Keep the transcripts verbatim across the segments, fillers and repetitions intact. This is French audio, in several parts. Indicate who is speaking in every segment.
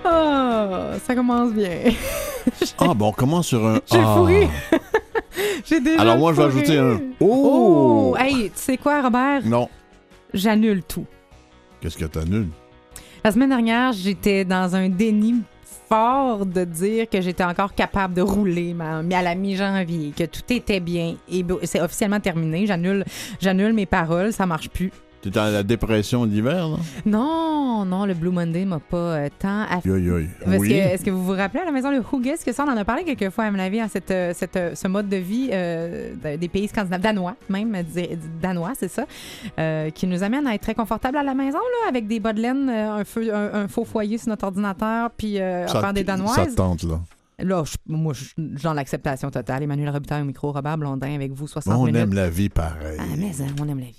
Speaker 1: Ah, ça commence bien.
Speaker 2: Ah, bon, on commence sur un
Speaker 1: J'ai
Speaker 2: ah.
Speaker 1: fourré. J'ai déjà
Speaker 2: Alors, moi, je vais
Speaker 1: fourré.
Speaker 2: ajouter un
Speaker 1: Oh!
Speaker 2: oh.
Speaker 1: Hey, tu sais quoi, Robert?
Speaker 2: Non.
Speaker 1: J'annule tout.
Speaker 2: Qu'est-ce que t'annules?
Speaker 1: La semaine dernière, j'étais dans un déni fort de dire que j'étais encore capable de rouler ma, à la mi-janvier, que tout était bien. Et c'est officiellement terminé. J'annule, j'annule mes paroles, ça marche plus.
Speaker 2: T'es dans la dépression d'hiver, non?
Speaker 1: Non, non, le Blue Monday m'a pas euh, tant affecté.
Speaker 2: Aïe, aïe.
Speaker 1: Parce
Speaker 2: Oui.
Speaker 1: que, est-ce que vous vous rappelez à la maison le Hugis, que ça, on en a parlé quelques fois, à mon avis, hein, cette, cette, ce mode de vie euh, des pays scandinaves, danois, même, danois, c'est ça, euh, qui nous amène à être très confortable à la maison, là, avec des bas de laine, un, feu, un, un faux foyer sur notre ordinateur, puis euh, à faire des danoises.
Speaker 2: Ça te tente, là.
Speaker 1: Là, je, moi, je suis dans l'acceptation totale. Emmanuel Robitaille au micro, Robert Blondin avec vous, soixante
Speaker 2: On
Speaker 1: minutes.
Speaker 2: aime la vie pareil.
Speaker 1: Ah, mais hein, on aime la vie.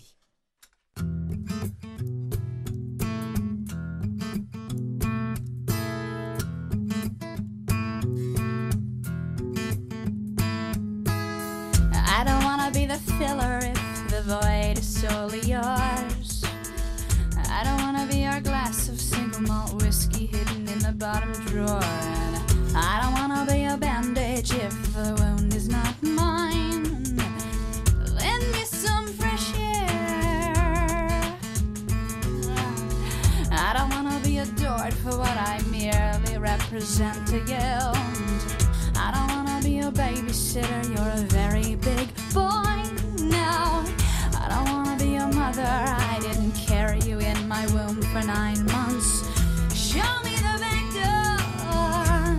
Speaker 3: I don't wanna be the filler if the void is solely yours. I don't wanna be your glass of single malt whiskey hidden in the bottom drawer. And I don't wanna be a bandage if the wound is not mine. Lend me some fresh air. I don't wanna be adored for what I merely represent to you. I don't wanna be a babysitter, you're a very big boy now. I don't wanna be a mother, I didn't carry you in my womb for nine months. Show me the back door.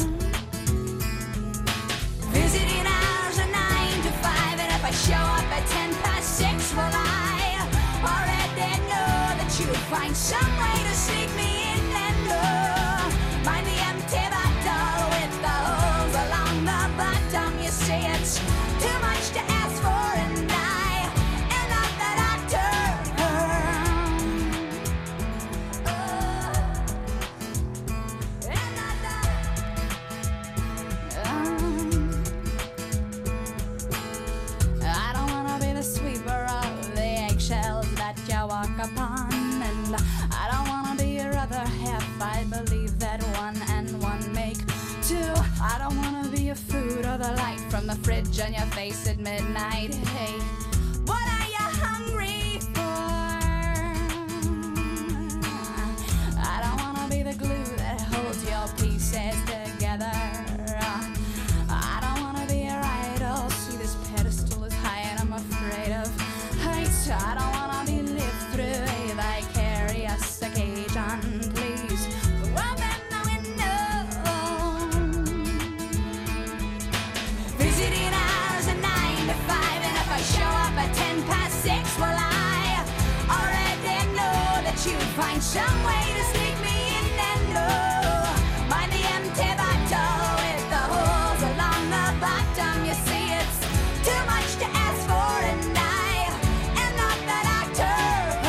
Speaker 3: Visiting hours are nine to five, and if I show up at ten past six, well, I already know that you'll find some way to sneak me in and oh, mind the empty bottle with the holes along the bottom. You say it's too much to ask for, and I am not the doctor. Oh, am not the, um, I don't wanna be the sweeper of the eggshells that you walk upon, and I don't wanna be your other half. I believe that one and one make two. I don't wanna be your food or the light from the fridge on your face at midnight. Hey, what are you hungry for? I don't wanna be the glue that holds your pieces together. I don't wanna be your idol. See, this pedestal is high and I'm afraid of heights. I don't wanna be lived through a vicarious occasion, please. Open the window. Visiting hours are nine to five, and if I show up at ten past six, well, I already know that you'd find some way to sneak me in and oh, mind the empty bottle with the holes along the bottom. You see, it's too much to ask for, and I am not the doctor.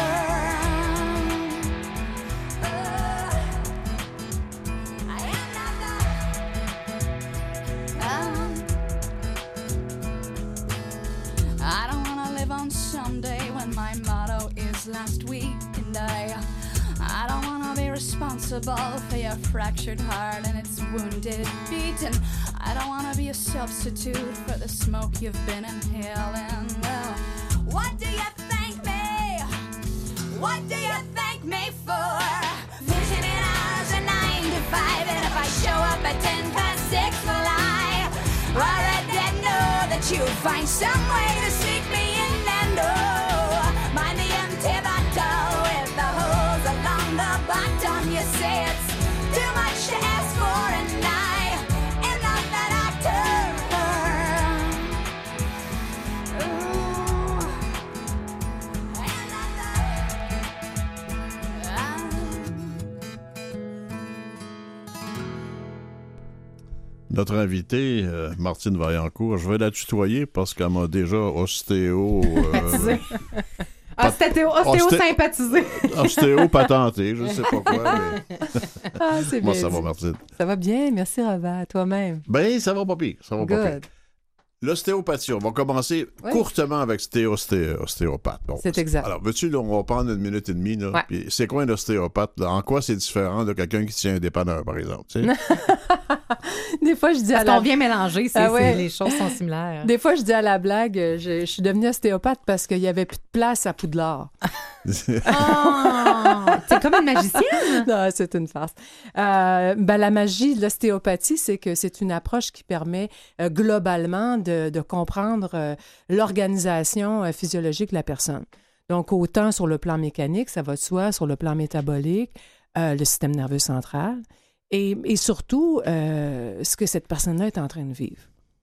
Speaker 3: Oh, I am not the. Um, I don't wanna live on someday when my motto is last week, and I, I don't wanna be responsible for your fractured heart and its wounded beat, and I don't wanna be a substitute for the smoke you've been inhaling. Well, what do you thank me? What do you thank me for? Visiting hours are nine to five, and if I show up at ten past six, well, I already know that you'll find some way to sneak me in and oh, mind the empty bottle with the holes along the bottom. You say it's too much to ask for, and I am not the doctor. Ooh, I am not the.
Speaker 2: Notre invitée, euh, Martine Vaillancourt, je vais la tutoyer parce qu'elle m'a déjà ostéo... Euh,
Speaker 1: Ostéo, ostéo sympathisé.
Speaker 2: ostéo patenté, je sais pas quoi. Mais...
Speaker 4: Ah, c'est
Speaker 2: Moi,
Speaker 4: bien
Speaker 2: ça
Speaker 4: dit.
Speaker 2: va, Martine?
Speaker 4: Ça va bien, merci Robert, toi-même.
Speaker 2: Ben, ça va pas pire, ça va pas pire.
Speaker 4: Good.
Speaker 2: L'ostéopathie, on va commencer
Speaker 1: oui.
Speaker 2: courtement avec stéo, stéo, ostéopathe. Bon,
Speaker 4: c'est exact.
Speaker 2: Alors, veux-tu, là, on va prendre une minute et demie. Là,
Speaker 4: ouais.
Speaker 2: Puis c'est quoi un ostéopathe? Là? En quoi c'est différent de quelqu'un qui tient un dépanneur, par exemple? Tu sais?
Speaker 4: Des fois, je dis à
Speaker 1: Parce
Speaker 4: la...
Speaker 1: qu'on vient mélanger, c'est,
Speaker 4: ah ouais.
Speaker 1: c'est, les choses sont similaires.
Speaker 4: Des fois, je dis à la blague, je, je suis devenue ostéopathe parce qu'il n'y avait plus de place à Poudlard.
Speaker 1: Oh! C'est comme une magicienne?
Speaker 4: Non, c'est une farce. Euh, ben, la magie de l'ostéopathie, c'est que c'est une approche qui permet euh, globalement de, de comprendre euh, l'organisation euh, physiologique de la personne. Donc, autant sur le plan mécanique, ça va de soi, sur le plan métabolique, euh, le système nerveux central, et, et surtout, euh, ce que cette personne-là est en train de vivre.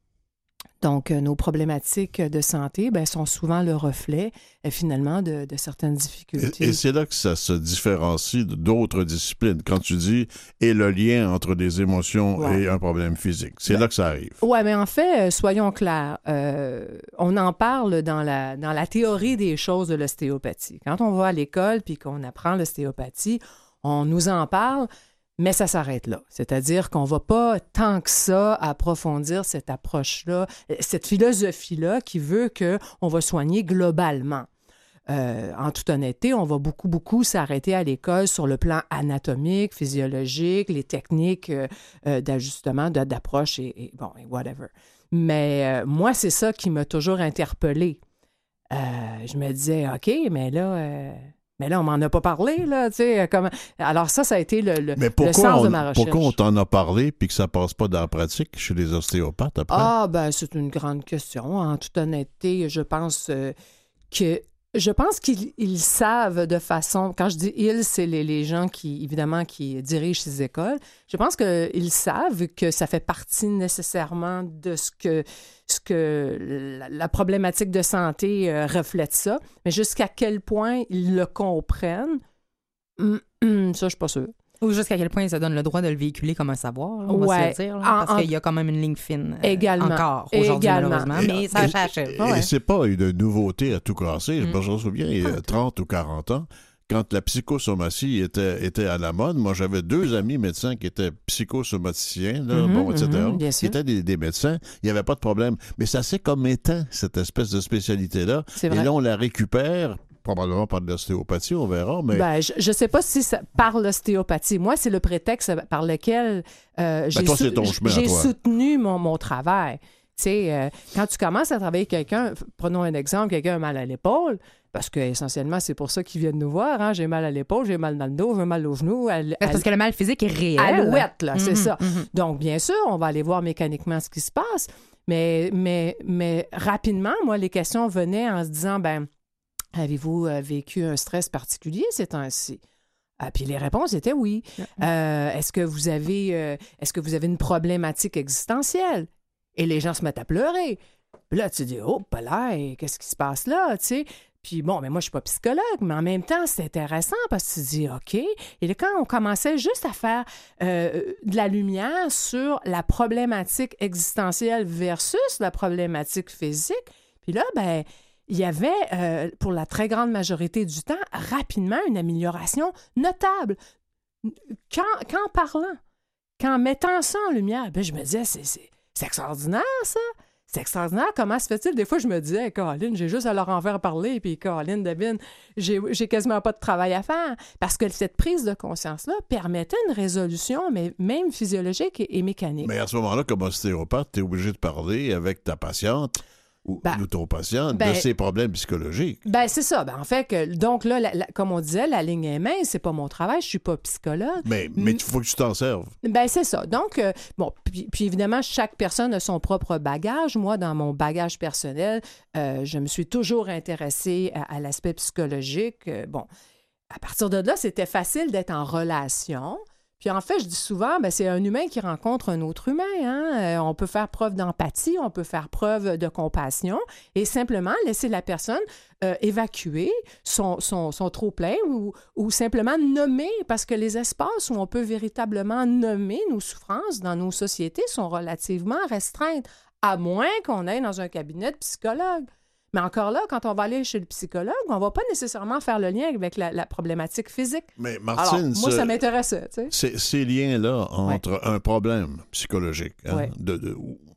Speaker 4: Donc, euh, nos problématiques de santé ben, sont souvent le reflet, euh, finalement, de, de certaines difficultés.
Speaker 2: Et, et c'est là que ça se différencie d'autres disciplines. Quand tu dis « et le lien entre des émotions ouais. et un problème physique », c'est ben, là que ça arrive.
Speaker 4: Oui, mais en fait, euh, soyons clairs, euh, on en parle dans la, dans la théorie des choses de l'ostéopathie. Quand on va à l'école puis qu'on apprend l'ostéopathie, on nous en parle, mais ça s'arrête là. C'est-à-dire qu'on ne va pas tant que ça approfondir cette approche-là, cette philosophie-là qui veut qu'on va soigner globalement. Euh, en toute honnêteté, on va beaucoup, beaucoup s'arrêter à l'école sur le plan anatomique, physiologique, les techniques euh, euh, d'ajustement, de, d'approche et, et bon, et whatever. Mais euh, moi, c'est ça qui m'a toujours interpellée. Euh, je me disais, OK, mais là... Euh, Mais là, on m'en a pas parlé, là, tu sais, comme... Alors ça, ça a été le, le,
Speaker 2: Mais pourquoi
Speaker 4: le sens
Speaker 2: on,
Speaker 4: de ma recherche.
Speaker 2: Pourquoi on t'en a parlé puis que ça passe pas dans la pratique chez les ostéopathes après?
Speaker 4: Ah, ben c'est une grande question. En toute honnêteté, je pense euh, que... Je pense qu'ils ils savent de façon... Quand je dis « ils », c'est les, les gens qui, évidemment, qui dirigent ces écoles. Je pense qu'ils savent que ça fait partie nécessairement de ce que, ce que la, la problématique de santé euh, reflète ça. Mais jusqu'à quel point ils le comprennent, hum, hum, ça, je suis pas sûre.
Speaker 1: Ou jusqu'à quel point ils se donnent le droit de le véhiculer comme un savoir, là, on
Speaker 4: ouais.
Speaker 1: va se le dire. Là,
Speaker 4: en,
Speaker 1: parce
Speaker 4: en...
Speaker 1: qu'il y a quand même une ligne fine euh,
Speaker 4: Également.
Speaker 1: encore aujourd'hui,
Speaker 4: Également.
Speaker 1: malheureusement.
Speaker 2: Et,
Speaker 1: mais ça
Speaker 2: et,
Speaker 1: s'achève.
Speaker 2: Et,
Speaker 1: ouais.
Speaker 2: et c'est pas une nouveauté à tout casser.
Speaker 1: Mm.
Speaker 2: Je me souviens, il y a trente ou quarante ans, quand la psychosomatie était, était à la mode, moi, j'avais deux amis médecins qui étaient psychosomaticiens, là,
Speaker 4: mm-hmm,
Speaker 2: bon, et cetera,
Speaker 4: mm-hmm,
Speaker 2: qui étaient des, des médecins. Il n'y avait pas de problème. Mais ça s'est comme éteint, cette espèce de spécialité-là.
Speaker 4: C'est
Speaker 2: et
Speaker 4: vrai.
Speaker 2: là, on la récupère... Probablement par de l'ostéopathie, on verra, mais...
Speaker 4: Ben, je ne sais pas si c'est par l'ostéopathie. Moi, c'est le prétexte par lequel euh, j'ai,
Speaker 2: ben toi,
Speaker 4: sou-
Speaker 2: c'est ton chemin
Speaker 4: j'ai
Speaker 2: à toi.
Speaker 4: soutenu mon, mon travail. Tu sais, euh, quand tu commences à travailler avec quelqu'un, prenons un exemple, quelqu'un a mal à l'épaule, parce que essentiellement, c'est pour ça qu'ils viennent nous voir. Hein? J'ai mal à l'épaule, j'ai mal dans le dos, j'ai mal au genou. À,
Speaker 1: à, parce que le mal physique est réel.
Speaker 4: Alouette, là, mm-hmm, c'est ça.
Speaker 1: Mm-hmm.
Speaker 4: Donc, bien sûr, on va aller voir mécaniquement ce qui se passe, mais, mais, mais rapidement, moi, les questions venaient en se disant, ben avez-vous euh, vécu un stress particulier ces temps-ci? Ah, puis les réponses étaient oui. Euh, est-ce que vous avez euh, est-ce que vous avez une problématique existentielle? Et les gens se mettent à pleurer. Puis là, tu te dis, oh, pas là, qu'est-ce qui se passe là, tu sais? Puis bon, mais moi, je suis pas psychologue, mais en même temps, c'est intéressant parce que tu te dis, OK. Et là, quand on commençait juste à faire euh, de la lumière sur la problématique existentielle versus la problématique physique, puis là, ben il y avait, euh, pour la très grande majorité du temps, rapidement une amélioration notable. Qu'en, qu'en parlant, qu'en mettant ça en lumière, ben, je me disais, c'est, c'est, c'est extraordinaire, ça. C'est extraordinaire. Comment se fait-il? Des fois, je me disais, Caroline, j'ai juste à leur en faire parler, puis Caroline, David, j'ai, j'ai quasiment pas de travail à faire. Parce que cette prise de conscience-là permettait une résolution, mais même physiologique et, et mécanique.
Speaker 2: Mais à ce moment-là, comme ostéopathe, tu es obligé de parler avec ta patiente ou,
Speaker 4: ben,
Speaker 2: ou ton patient
Speaker 4: ben,
Speaker 2: de ses problèmes psychologiques.
Speaker 4: Ben c'est ça. Ben, en fait, que, donc là, la, la, comme on disait, la ligne est mince, c'est pas mon travail, je suis pas psychologue.
Speaker 2: Mais il mais faut que tu t'en serves.
Speaker 4: Ben c'est ça. Donc, euh, bon, puis, puis évidemment, chaque personne a son propre bagage. Moi, dans mon bagage personnel, euh, je me suis toujours intéressée à, à l'aspect psychologique. Euh, bon, à partir de là, c'était facile d'être en relation. Puis en fait, je dis souvent, ben, c'est un humain qui rencontre un autre humain. Hein? Euh, on peut faire preuve d'empathie, on peut faire preuve de compassion et simplement laisser la personne euh, évacuer son, son, son trop-plein ou, ou simplement nommer, parce que les espaces où on peut véritablement nommer nos souffrances dans nos sociétés sont relativement restreintes, à moins qu'on aille dans un cabinet de psychologue. Mais encore là, quand on va aller chez le psychologue, on ne va pas nécessairement faire le lien avec la, la problématique physique.
Speaker 2: Mais Martine,
Speaker 4: alors, moi,
Speaker 2: ce,
Speaker 4: ça m'intéressait. Tu sais.
Speaker 2: Ces, ces liens-là entre ouais. un problème psychologique, hein,
Speaker 4: ouais.
Speaker 2: de, de,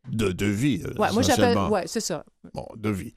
Speaker 2: de, de vie.
Speaker 4: Ouais, moi, j'appelle... Oui, c'est ça.
Speaker 2: Bon, de vie.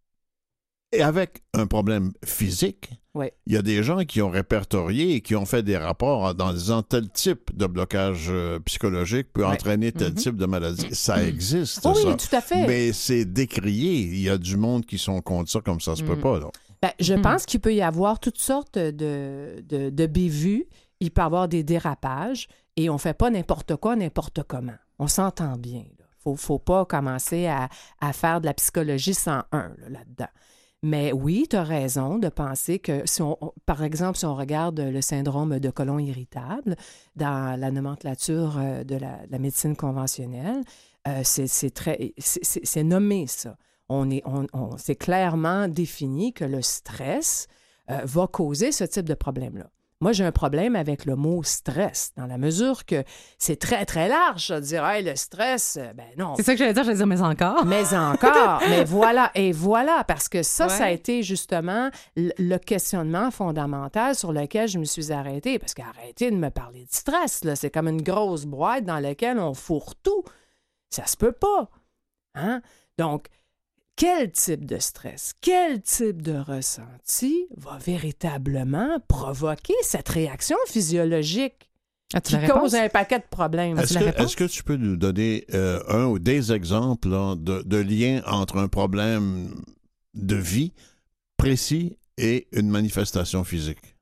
Speaker 2: Et avec un problème physique,
Speaker 4: ouais.
Speaker 2: il y a des gens qui ont répertorié et qui ont fait des rapports en disant tel type de blocage euh, psychologique peut ouais. entraîner tel mm-hmm. type de maladie. Ça existe,
Speaker 4: oh,
Speaker 2: ça.
Speaker 4: Oui, tout à fait.
Speaker 2: Mais c'est décrié. Il y a du monde qui sont contre ça comme ça se mm. peut pas. Là.
Speaker 4: Ben, je mm. pense qu'il peut y avoir toutes sortes de, de, de bévues. Il peut y avoir des dérapages et on ne fait pas n'importe quoi, n'importe comment. On s'entend bien. Il ne faut, faut pas commencer à, à faire de la psychologie cent un là, là-dedans. Mais oui, tu as raison de penser que, si on, par exemple, si on regarde le syndrome de côlon irritable dans la nomenclature de la, la médecine conventionnelle, euh, c'est, c'est, très, c'est, c'est, c'est nommé ça. On est, on, on, c'est clairement défini que le stress euh, va causer ce type de problème-là. Moi, j'ai un problème avec le mot stress, dans la mesure que c'est très, très large de dire hey, le stress, ben non.
Speaker 1: C'est ça que j'allais dire, j'allais dire, mais encore.
Speaker 4: Mais encore, mais voilà, et voilà, parce que ça, ouais. ça a été justement le questionnement fondamental sur lequel je me suis arrêtée. Parce qu'arrêtez de me parler de stress, là, c'est comme une grosse boîte dans laquelle on fourre tout. Ça se peut pas. Hein? Donc, quel type de stress, quel type de ressenti va véritablement provoquer cette réaction physiologique qui cause un paquet de problèmes?
Speaker 2: Est-ce que, est-ce que tu peux nous donner euh, un ou des exemples là, de, de liens entre un problème de vie précis et une manifestation physique?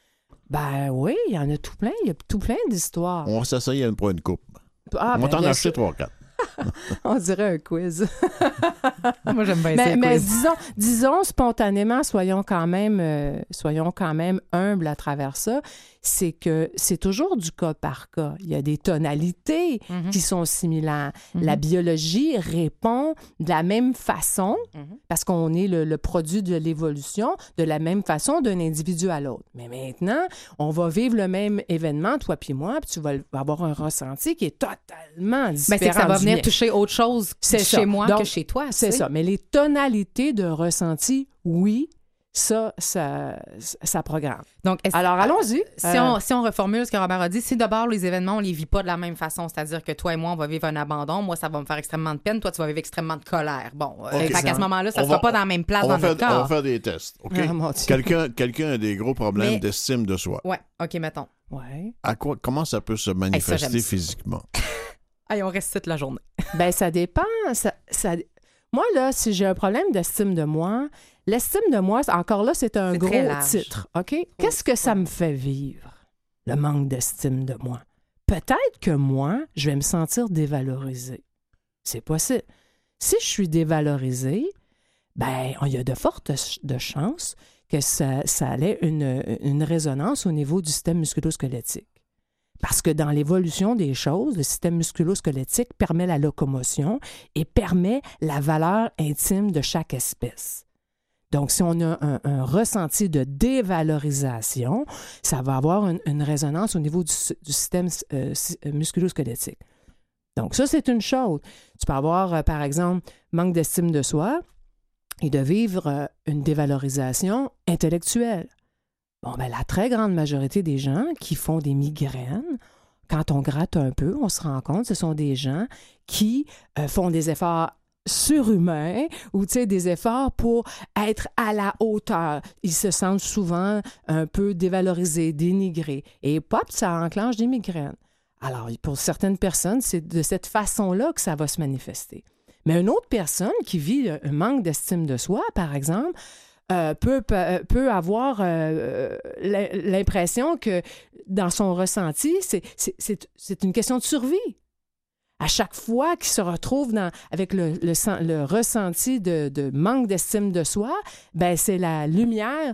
Speaker 4: Ben oui, il y en a tout plein. Il y a tout plein d'histoires.
Speaker 2: On va s'asseoir pour une coupe.
Speaker 4: Ah,
Speaker 2: On va
Speaker 4: ben,
Speaker 2: t'en acheter trois, quatre.
Speaker 4: On dirait un quiz.
Speaker 1: Moi, j'aime bien
Speaker 4: mais,
Speaker 1: ces
Speaker 4: mais
Speaker 1: quiz.
Speaker 4: disons, disons spontanément, soyons quand même, euh, soyons quand même humbles à travers ça, c'est que c'est toujours du cas par cas. Il y a des tonalités mm-hmm. qui sont similaires. Mm-hmm. La biologie répond de la même façon, mm-hmm. parce qu'on est le, le produit de l'évolution, de la même façon d'un individu à l'autre. Mais maintenant, on va vivre le même événement, toi puis moi, puis tu vas avoir un ressenti qui est totalement différent.
Speaker 1: Ben, c'est que ça va venir
Speaker 4: mien.
Speaker 1: toucher autre chose
Speaker 4: c'est
Speaker 1: chez
Speaker 4: ça.
Speaker 1: moi
Speaker 4: Donc,
Speaker 1: que chez toi.
Speaker 4: C'est ça. Mais les tonalités de ressenti, oui, ça, ça, ça programme.
Speaker 1: Donc,
Speaker 4: alors, allons-y.
Speaker 1: Si,
Speaker 4: euh...
Speaker 1: on, si on reformule ce que Robert a dit, si d'abord les événements, on les vit pas de la même façon, c'est-à-dire que toi et moi, on va vivre un abandon, moi, ça va me faire extrêmement de peine, toi, tu vas vivre extrêmement de colère. Bon, okay. Fait qu'à ce moment-là, ça ne sera
Speaker 2: va,
Speaker 1: pas dans la même place
Speaker 2: on
Speaker 1: dans
Speaker 2: faire,
Speaker 1: notre corps.
Speaker 2: On va faire des tests, OK? Ah, quelqu'un, quelqu'un a des gros problèmes Mais... d'estime de soi.
Speaker 1: Oui, OK, mettons.
Speaker 4: Ouais.
Speaker 2: À quoi, comment ça peut se manifester hey, ça, physiquement?
Speaker 1: Hey, on reste toute la journée.
Speaker 4: Bien, ça dépend. Ça, ça... Moi, là, si j'ai un problème d'estime de moi, l'estime de moi, encore là, c'est un c'est gros titre, OK? Qu'est-ce que ça me fait vivre, le manque d'estime de moi? Peut-être que moi, je vais me sentir dévalorisée. C'est possible. Si je suis dévalorisée, bien, il y a de fortes de chances que ça, ça ait une, une résonance au niveau du système musculo-squelettique. Parce que dans l'évolution des choses, le système musculo-squelettique permet la locomotion et permet la valeur intime de chaque espèce. Donc, si on a un, un ressenti de dévalorisation, ça va avoir une, une résonance au niveau du, du système euh, musculo-squelettique. Donc, ça, c'est une chose. Tu peux avoir, euh, par exemple, manque d'estime de soi et de vivre euh, une dévalorisation intellectuelle. Bon, bien, la très grande majorité des gens qui font des migraines, quand on gratte un peu, on se rend compte que ce sont des gens qui euh, font des efforts surhumains ou, tu sais, des efforts pour être à la hauteur. Ils se sentent souvent un peu dévalorisés, dénigrés. Et pop, ça enclenche des migraines. Alors, pour certaines personnes, c'est de cette façon-là que ça va se manifester. Mais une autre personne qui vit un manque d'estime de soi, par exemple, Euh, peut, peut, peut avoir euh, l'impression que dans son ressenti, c'est, c'est, c'est, c'est une question de survie. À chaque fois qu'il se retrouve dans, avec le, le, le ressenti de, de manque d'estime de soi, ben c'est la lumière.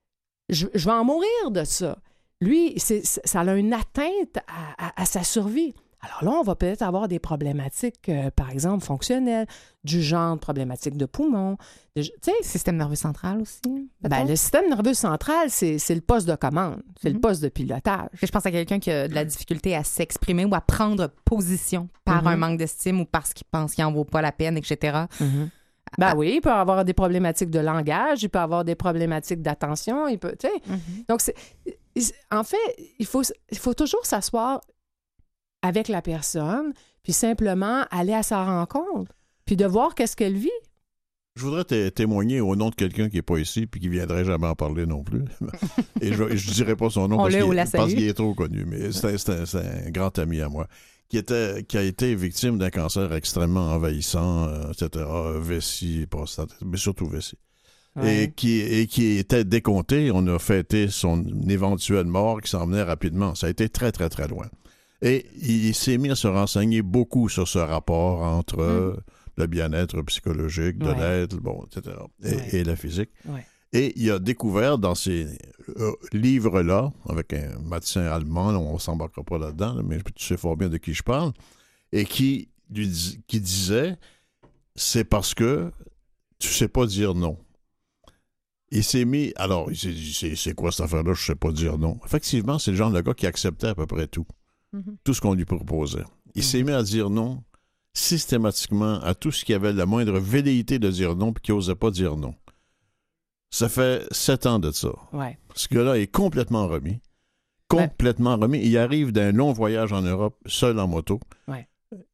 Speaker 4: Je, je vais en mourir de ça. Lui, c'est, ça a une atteinte à, à, à sa survie. Alors là, on va peut-être avoir des problématiques, euh, par exemple, fonctionnelles, du genre problématiques de poumons. De, tu sais,
Speaker 1: système nerveux central aussi?
Speaker 4: Ben, le système nerveux central, c'est, c'est le poste de commande, c'est mm-hmm. le poste de pilotage.
Speaker 1: Je pense à quelqu'un qui a de la difficulté à s'exprimer ou à prendre position par mm-hmm. un manque d'estime ou parce qu'il pense qu'il n'en vaut pas la peine, et cetera.
Speaker 4: Mm-hmm. Ben ah. oui, il peut avoir des problématiques de langage, il peut avoir des problématiques d'attention, il peut, tu sais. Mm-hmm. Donc, c'est, en fait, il faut, il faut toujours s'asseoir avec la personne, puis simplement aller à sa rencontre, puis de voir qu'est-ce qu'elle vit.
Speaker 2: Je voudrais té- témoigner au nom de quelqu'un qui n'est pas ici puis qui ne viendrait jamais en parler non plus. Et je ne dirai pas son nom parce qu'il, parce qu'il est trop connu, mais c'est, c'est, un, c'est un grand ami à moi qui, était, qui a été victime d'un cancer extrêmement envahissant, euh, et cetera, vessie, prostate, mais surtout vessie. Ouais. Et, qui, et qui était décompté. On a fêté son éventuelle mort qui s'en venait rapidement. Ça a été très, très, très loin. Et il s'est mis à se renseigner beaucoup sur ce rapport entre... Mmh. le bien-être psychologique, de ouais. l'être, bon, et cetera, et, ouais. et la physique. Ouais. Et il a découvert dans ces euh, livres-là, avec un médecin allemand, on ne s'embarquera pas là-dedans, mais tu sais fort bien de qui je parle, et qui, lui dis, qui disait, c'est parce que tu ne sais pas dire non. Il s'est mis, alors, il s'est dit, c'est, c'est quoi cette affaire-là, je ne sais pas dire non. Effectivement, c'est le genre de gars qui acceptait à peu près tout, mm-hmm. tout ce qu'on lui proposait. Il mm-hmm. s'est mis à dire non systématiquement à tout ce qui avait la moindre velléité de dire non puis qui n'osait pas dire non. Ça fait sept ans de ça. Ouais. Ce gars-là est complètement remis. Complètement ouais. remis. Il arrive d'un long voyage en Europe, seul en moto. Ouais.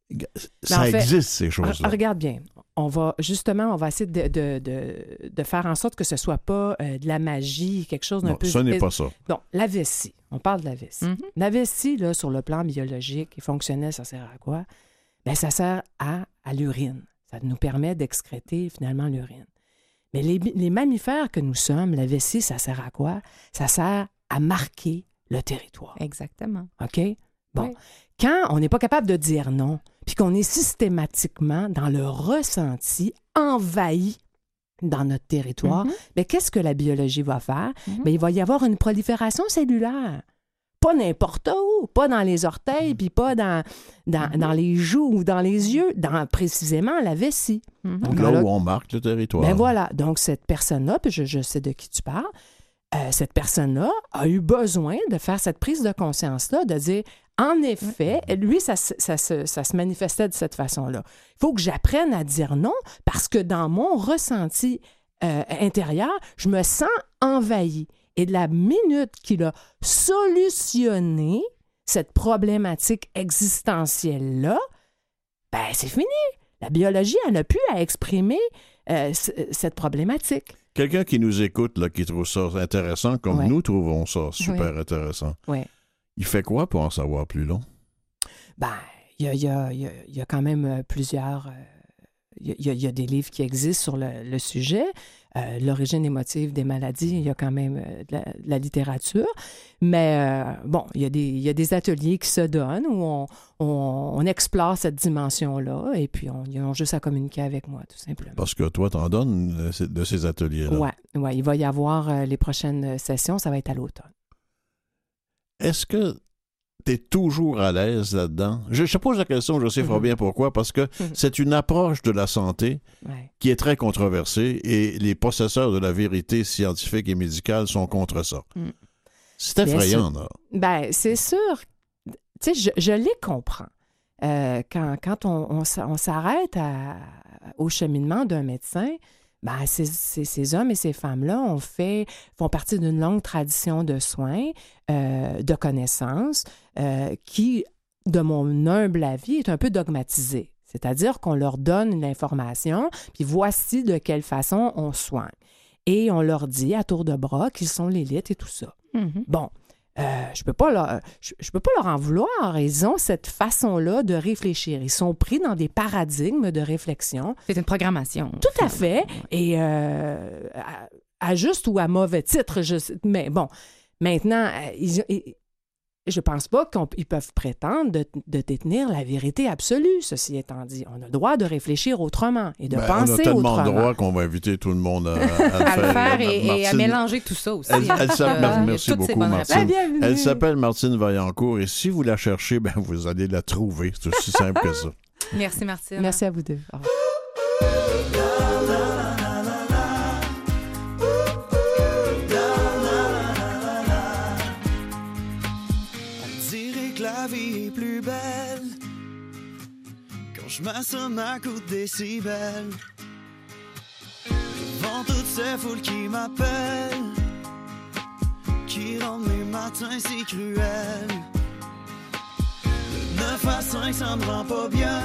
Speaker 2: Ça fait, existe, ces choses-là.
Speaker 4: Regarde bien. On va, justement, on va essayer de, de, de, de faire en sorte que ce ne soit pas euh, de la magie, quelque chose d'un
Speaker 2: non,
Speaker 4: peu...
Speaker 2: ce n'est pas ça.
Speaker 4: Bon, la vessie. On parle de la vessie. Mm-hmm. La vessie, là, sur le plan biologique et fonctionnel, ça sert à quoi? Bien, ça sert à, à l'urine. Ça nous permet d'excréter, finalement, l'urine. Mais les, les mammifères que nous sommes, la vessie, ça sert à quoi? Ça sert à marquer le territoire.
Speaker 1: Exactement.
Speaker 4: OK? Bon.
Speaker 1: Oui.
Speaker 4: Quand on n'est pas capable de dire non, puis qu'on est systématiquement dans le ressenti, envahi dans notre territoire, mm-hmm. bien, qu'est-ce que la biologie va faire? Mm-hmm. Bien, il va y avoir une prolifération cellulaire. Pas n'importe où, pas dans les orteils, puis pas dans, dans, mm-hmm. dans les joues ou dans les yeux, dans précisément la vessie.
Speaker 2: Mm-hmm. Donc là où on marque le territoire.
Speaker 4: Ben voilà. Donc, cette personne-là, puis je, je sais de qui tu parles, euh, cette personne-là a eu besoin de faire cette prise de conscience-là, de dire, en effet, mm-hmm. lui, ça, ça, ça, ça, ça se manifestait de cette façon-là. Il faut que j'apprenne à dire non parce que dans mon ressenti euh, intérieur, je me sens envahie. Et de la minute qu'il a solutionné cette problématique existentielle-là, ben c'est fini. La biologie, elle n'a plus à exprimer euh, c- cette problématique.
Speaker 2: Quelqu'un qui nous écoute, là, qui trouve ça intéressant, comme ouais. nous trouvons ça super ouais. intéressant,
Speaker 4: ouais.
Speaker 2: il fait quoi pour en savoir plus long?
Speaker 4: Ben, il y a, y a, y a, y a quand même plusieurs... Il euh, y, y, y a des livres qui existent sur le, le sujet. Euh, l'origine émotive des maladies, il y a quand même euh, de, la, de la littérature. Mais euh, bon, il y, y a des ateliers qui se donnent où on, on, on explore cette dimension-là et puis on, ils ont juste à communiquer avec moi, tout simplement.
Speaker 2: Parce que toi, t'en donnes de ces ateliers-là.
Speaker 4: Oui, ouais, il va y avoir euh, les prochaines sessions, ça va être à l'automne.
Speaker 2: Est-ce que tu es toujours à l'aise là-dedans? Je, je pose la question, je sais mm-hmm. fort bien pourquoi, parce que mm-hmm. c'est une approche de la santé ouais. qui est très controversée et les possesseurs de la vérité scientifique et médicale sont contre ça. Mm. C'est effrayant, là.
Speaker 4: Bien, c'est sûr. Tu sais, je, je les comprends. Euh, quand quand on, on, on s'arrête à, au cheminement d'un médecin, ben, ces, ces, ces hommes et ces femmes-là ont fait, font partie d'une longue tradition de soins, euh, de connaissances, euh, qui, de mon humble avis, est un peu dogmatisée. C'est-à-dire qu'on leur donne une information, puis voici de quelle façon on soigne. Et on leur dit à tour de bras qu'ils sont l'élite et tout ça. Mm-hmm. Bon. Euh, je peux pas leur, je, je peux pas leur en vouloir. Ils ont cette façon-là de réfléchir. Ils sont pris dans des paradigmes de réflexion.
Speaker 1: C'est une programmation.
Speaker 4: Tout à fait. Et euh, à, à juste ou à mauvais titre, je, mais bon, maintenant, ils, ils, je pense pas qu'ils peuvent prétendre de, de détenir la vérité absolue. Ceci étant dit, on a le droit de réfléchir autrement et de ben, penser autrement.
Speaker 2: On a tellement autrement. de droit qu'on va inviter tout le monde à, à,
Speaker 1: à le faire et, et à mélanger tout ça aussi.
Speaker 2: Elle, elle s'appelle, merci beaucoup, Martine. Elle s'appelle Martine Vaillancourt et si vous la cherchez, ben, vous allez la trouver. C'est aussi simple que ça.
Speaker 1: Merci, Martine.
Speaker 4: Merci à vous deux. Au revoir.
Speaker 5: La vie est plus belle quand je m'assomme à coups de décibels. Devant toutes ces foules qui m'appellent, qui rendent mes matins si cruels. De neuf à cinq que ça me rend pas bien.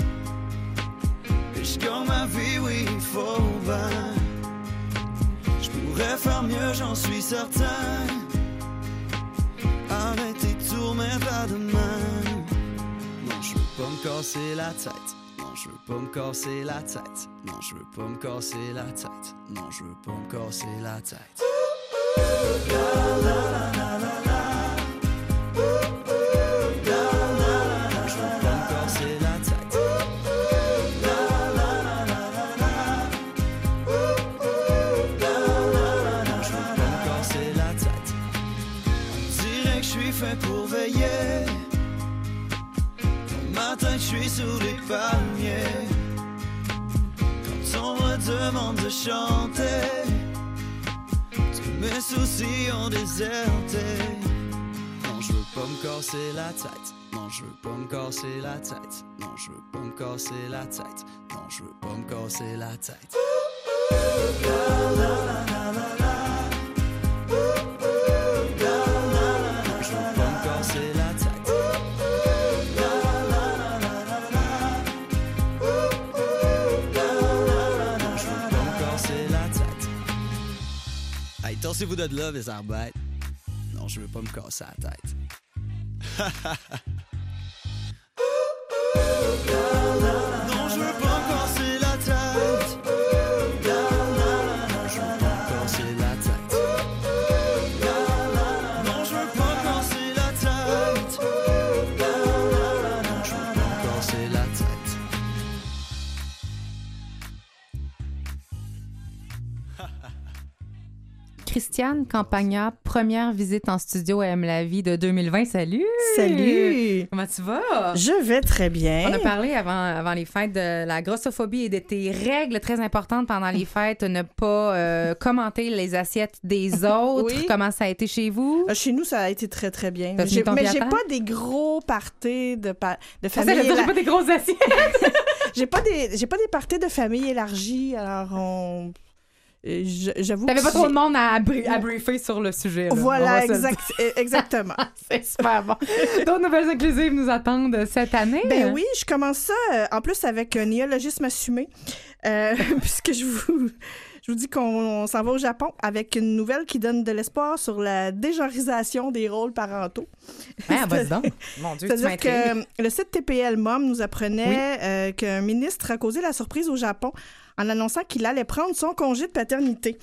Speaker 5: Et je gagne ma vie, oui, il faut bien. Je pourrais faire mieux, j'en suis certain. Arrêtez de tout remettre à demain. Non, je veux pas me casser la tête. Non, je veux pas me casser la tête. Non, je veux pas me casser la tête. Non, je veux pas me casser la tête. La, la, la, la, la, la. Pour veiller, dans ma tête, je suis sous les palmiers. Quand on me demande de chanter, tous mes soucis ont déserté. Non, je veux pas me casser la tête. Non, je veux pas me casser la tête. Non, je veux pas me casser la tête. Non, je veux pas me casser la tête. La, la, la, la, la, la. Tassez-vous de là, les arbitres. Non, je veux pas me casser la tête. Non, je veux pas me casser la tête. Non, je veux pas me casser la tête. Non, je veux pas me casser la tête. Non, je veux pas me casser la tête.
Speaker 1: Christiane Campagna, première visite en studio à Aime la vie de deux mille vingt. Salut!
Speaker 6: Salut!
Speaker 1: Comment tu vas?
Speaker 6: Je vais très bien.
Speaker 1: On a parlé avant, avant les fêtes de la grossophobie et de tes règles très importantes pendant les fêtes, ne pas euh, commenter les assiettes des autres. Oui. Comment ça a été chez vous?
Speaker 6: Euh, chez nous, ça a été très, très bien. J'ai, mais j'ai pas des gros parties de, pa- de famille.
Speaker 1: Ça, éla- j'ai pas des grosses assiettes!
Speaker 6: j'ai, pas des, j'ai pas des parties de famille élargies, alors on... J'avoue
Speaker 1: T'avais
Speaker 6: que
Speaker 1: pas trop de monde à, br- à briefer sur le sujet. Là.
Speaker 6: Voilà, exact, exactement.
Speaker 1: C'est super bon. D'autres nouvelles inclusives nous attendent cette année.
Speaker 6: Ben oui, je commence ça euh, en plus avec un néologisme assumé, euh, puisque je vous, je vous dis qu'on on s'en va au Japon avec une nouvelle qui donne de l'espoir sur la dégenrisation des rôles parentaux.
Speaker 1: Ah, vas-y donc. Mon Dieu,
Speaker 6: C'est-à-dire que le site T P L Mom nous apprenait oui. euh, qu'un ministre a causé la surprise au Japon en annonçant qu'il allait prendre son congé de paternité.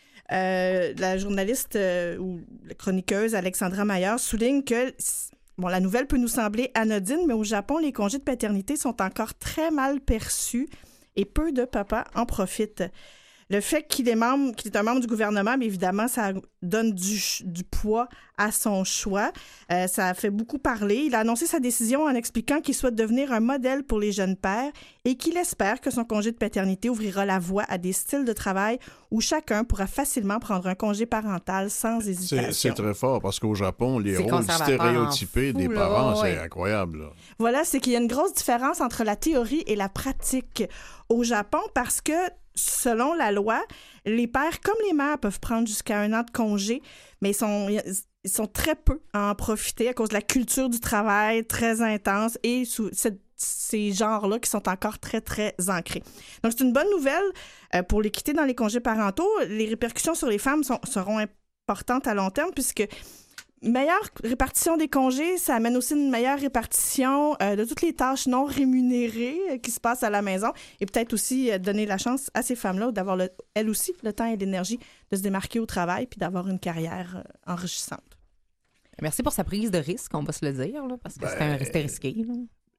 Speaker 6: Euh, la journaliste euh, ou la chroniqueuse Alexandra Maillard souligne que bon, la nouvelle peut nous sembler anodine, mais au Japon, les congés de paternité sont encore très mal perçus et peu de papas en profitent. Le fait qu'il est, membre, qu'il est un membre du gouvernement, mais évidemment, ça donne du, du poids à son choix. Euh, ça a fait beaucoup parler. Il a annoncé sa décision en expliquant qu'il souhaite devenir un modèle pour les jeunes pères et qu'il espère que son congé de paternité ouvrira la voie à des styles de travail où chacun pourra facilement prendre un congé parental sans hésitation.
Speaker 2: C'est, c'est très fort parce qu'au Japon, les c'est rôles stéréotypés fou, des là, parents, ouais. c'est incroyable. Là.
Speaker 6: Voilà, c'est qu'il y a une grosse différence entre la théorie et la pratique au Japon parce que selon la loi, les pères comme les mères peuvent prendre jusqu'à un an de congé, mais ils sont, ils sont très peu à en profiter à cause de la culture du travail très intense et sous cette, ces genres-là qui sont encore très, très ancrés. Donc, c'est une bonne nouvelle euh, pour l'équité dans les congés parentaux. Les répercussions sur les femmes sont, seront importantes à long terme puisque meilleure répartition des congés, ça amène aussi une meilleure répartition euh, de toutes les tâches non rémunérées euh, qui se passent à la maison et peut-être aussi euh, donner la chance à ces femmes-là d'avoir, le, elles aussi, le temps et l'énergie de se démarquer au travail puis d'avoir une carrière euh, enrichissante.
Speaker 1: Merci pour sa prise de risque, on va se le dire, là, parce que ben, c'était, un, c'était risqué. Là.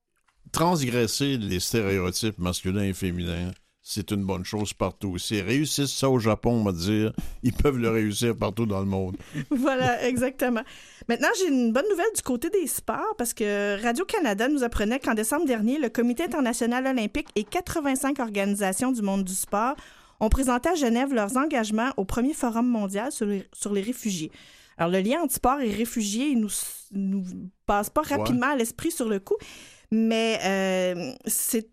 Speaker 2: Transgresser les stéréotypes masculins et féminins, c'est une bonne chose partout. S'ils réussissent ça au Japon, on va dire, ils peuvent le réussir partout dans le monde.
Speaker 6: Voilà, exactement. Maintenant, j'ai une bonne nouvelle du côté des sports parce que Radio-Canada nous apprenait qu'en décembre dernier, le Comité international olympique et quatre-vingt-cinq organisations du monde du sport ont présenté à Genève leurs engagements au premier forum mondial sur les, sur les réfugiés. Alors, le lien entre sport et réfugiés ne nous, nous passe pas rapidement ouais. à l'esprit sur le coup, mais euh, c'est,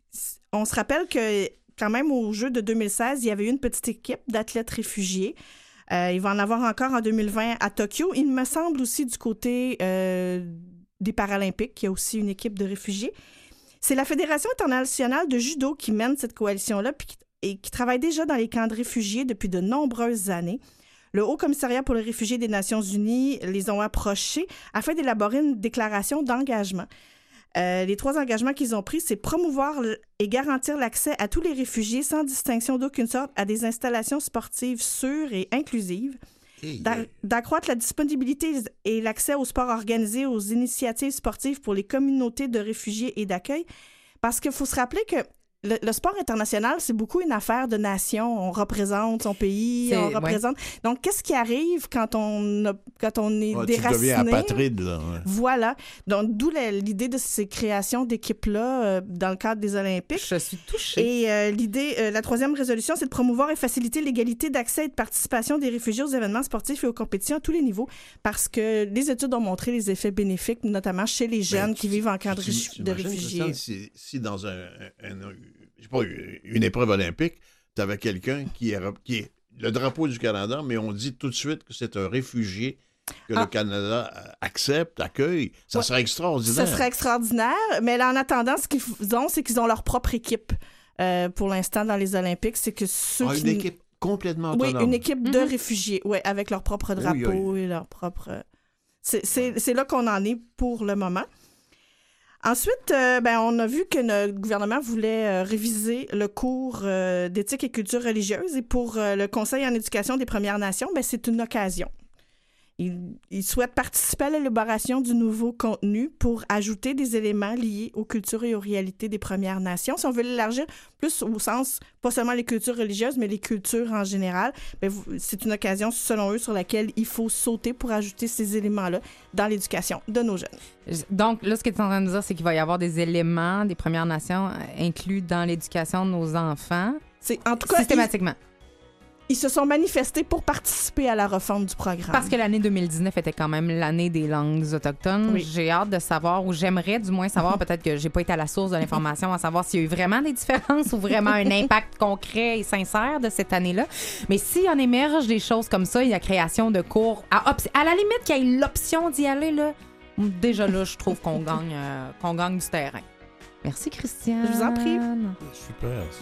Speaker 6: on se rappelle que quand même, aux Jeux de deux mille seize, il y avait eu une petite équipe d'athlètes réfugiés. Euh, il va en avoir encore en deux mille vingt à Tokyo. Il me semble aussi du côté euh, des Paralympiques. Il y a aussi une équipe de réfugiés. C'est la Fédération internationale de judo qui mène cette coalition-là puis qui, et qui travaille déjà dans les camps de réfugiés depuis de nombreuses années. Le Haut Commissariat pour les réfugiés des Nations unies les ont approchés afin d'élaborer une déclaration d'engagement. Euh, les trois engagements qu'ils ont pris, c'est promouvoir et garantir l'accès à tous les réfugiés sans distinction d'aucune sorte à des installations sportives sûres et inclusives, D'a- d'accroître la disponibilité et l'accès au sport organisé, aux initiatives sportives pour les communautés de réfugiés et d'accueil. Parce qu'il faut se rappeler que le, le sport international, c'est beaucoup une affaire de nation. On représente son pays, c'est, on représente... Ouais. Donc, qu'est-ce qui arrive quand on, a, quand on est
Speaker 2: ouais,
Speaker 6: déraciné?
Speaker 2: Tu deviens apatride, là. Ouais.
Speaker 6: Voilà. Donc, d'où la, l'idée de ces créations d'équipes-là euh, dans le cadre des Olympiques.
Speaker 4: Je suis touchée.
Speaker 6: Et euh, l'idée, euh, la troisième résolution, c'est de promouvoir et faciliter l'égalité d'accès et de participation des réfugiés aux événements sportifs et aux compétitions à tous les niveaux, parce que les études ont montré les effets bénéfiques, notamment chez les jeunes ben, qui vivent en camp de, tu, de réfugiés.
Speaker 2: Si, si dans un, un, un je sais pas, une épreuve olympique, tu avais quelqu'un qui est, qui est le drapeau du Canada, mais on dit tout de suite que c'est un réfugié que ah. le Canada accepte, accueille. Ça ouais. serait extraordinaire.
Speaker 6: Ça serait extraordinaire, mais là, en attendant, ce qu'ils ont, c'est qu'ils ont leur propre équipe euh, pour l'instant dans les Olympiques. C'est que ceux
Speaker 2: ah,
Speaker 6: qui...
Speaker 2: Une équipe complètement autonome.
Speaker 6: Oui, une équipe mm-hmm. de réfugiés, ouais, avec leur propre drapeau oui, oui. et leur propre... C'est, c'est, c'est là qu'on en est pour le moment. Ensuite, euh, ben, on a vu que le gouvernement voulait euh, réviser le cours euh, d'éthique et culture religieuse. Et pour euh, le Conseil en éducation des Premières Nations, ben, c'est une occasion. Il, il souhaite participer à l'élaboration du nouveau contenu pour ajouter des éléments liés aux cultures et aux réalités des Premières Nations. Si on veut l'élargir plus au sens, pas seulement les cultures religieuses, mais les cultures en général, bien, c'est une occasion, selon eux, sur laquelle il faut sauter pour ajouter ces éléments-là dans l'éducation de nos jeunes.
Speaker 1: Donc, là, ce que tu es en train de dire, c'est qu'il va y avoir des éléments des Premières Nations inclus dans l'éducation de nos enfants.
Speaker 6: C'est, en tout cas,
Speaker 1: systématiquement.
Speaker 6: Il... Ils se sont manifestés pour participer à la refonte du programme.
Speaker 1: Parce que l'année deux mille dix-neuf était quand même l'année des langues autochtones. Oui. J'ai hâte de savoir, ou j'aimerais du moins savoir, peut-être que j'ai pas été à la source de l'information, à savoir s'il y a eu vraiment des différences ou vraiment un impact concret et sincère de cette année-là. Mais s'il en émerge des choses comme ça, il y a création de cours, à, op- à la limite qu'il y ait l'option d'y aller, là, déjà là, je trouve qu'on gagne, euh, qu'on gagne du terrain. Merci, Christiane.
Speaker 6: Je vous en prie.
Speaker 2: Super, ça.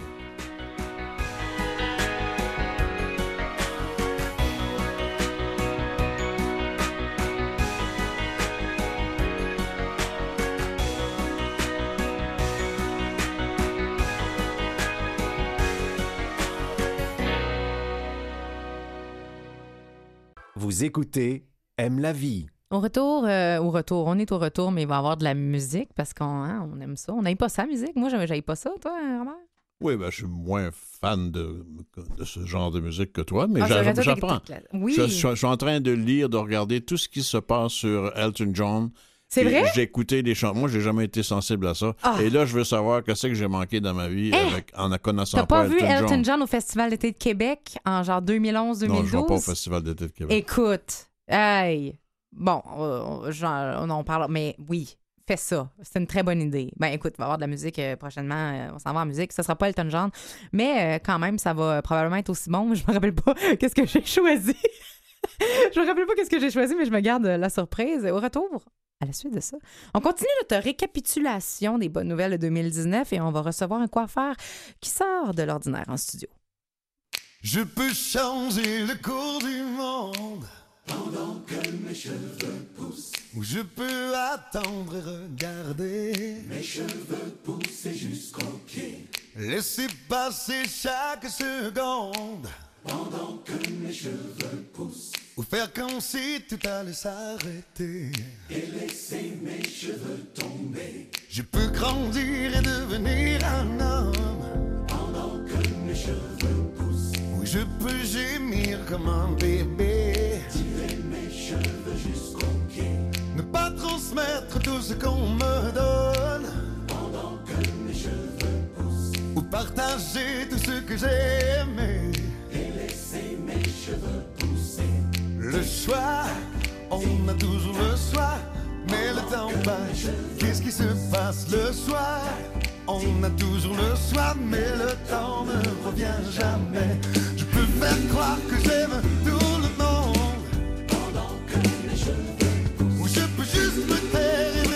Speaker 7: Vous écoutez Aime la vie.
Speaker 1: Au retour, euh, au retour, on est au retour, mais il va y avoir de la musique parce qu'on hein, on aime ça. On n'aime pas ça, la musique. Moi, j'aime pas ça, toi, Robert?
Speaker 2: Oui, ben, je suis moins fan de, de ce genre de musique que toi, mais
Speaker 1: ah,
Speaker 2: j'a, j'apprends.
Speaker 1: Oui.
Speaker 2: Je, je, je suis en train de lire, de regarder tout ce qui se passe sur Elton John.
Speaker 1: C'est
Speaker 2: et
Speaker 1: vrai?
Speaker 2: J'ai écouté des chansons. Moi, j'ai jamais été sensible à ça. Oh. Et là, je veux savoir qu'est-ce que j'ai manqué dans ma vie hey! avec, en connaissant
Speaker 1: T'as
Speaker 2: pas,
Speaker 1: pas
Speaker 2: Elton
Speaker 1: vu Elton
Speaker 2: John.
Speaker 1: John au Festival d'été de Québec en genre deux mille onze deux mille douze?
Speaker 2: Non, je vais pas au Festival d'été de Québec.
Speaker 1: Écoute, hey, bon, euh, genre, on en parle, mais oui, fais ça. C'est une très bonne idée. Ben écoute, il va y avoir de la musique euh, prochainement. Euh, on s'en va en musique. Ce sera pas Elton John, mais euh, quand même, ça va probablement être aussi bon. Je me rappelle pas qu'est-ce que j'ai choisi. je me rappelle pas qu'est-ce que j'ai choisi, mais je me garde la surprise. Au retour, à la suite de ça, on continue notre récapitulation des bonnes nouvelles de deux mille dix-neuf et on va recevoir un coiffeur qui sort de l'ordinaire en studio.
Speaker 5: Je peux changer le cours du monde pendant que mes cheveux poussent. Ou je peux attendre et regarder mes cheveux pousser jusqu'aux pieds. Laisser passer chaque seconde pendant que mes cheveux poussent. Ou faire comme si tout allait s'arrêter et laisser mes cheveux tomber. Je peux grandir et devenir un homme pendant que mes cheveux poussent. Ou je peux gémir comme un bébé, tirer mes cheveux jusqu'aux pieds. Ne pas transmettre tout ce qu'on me donne pendant que mes cheveux poussent. Ou partager tout ce que j'ai aimé et laisser mes cheveux pousser. Le choix, on a toujours le choix, mais le temps passe. Qu'est-ce qui se passe le soir? On a toujours le choix, mais le temps ne revient jamais. Je peux faire croire que j'aime tout le monde pendant que mes cheveux poussent. Ou je peux juste me taire et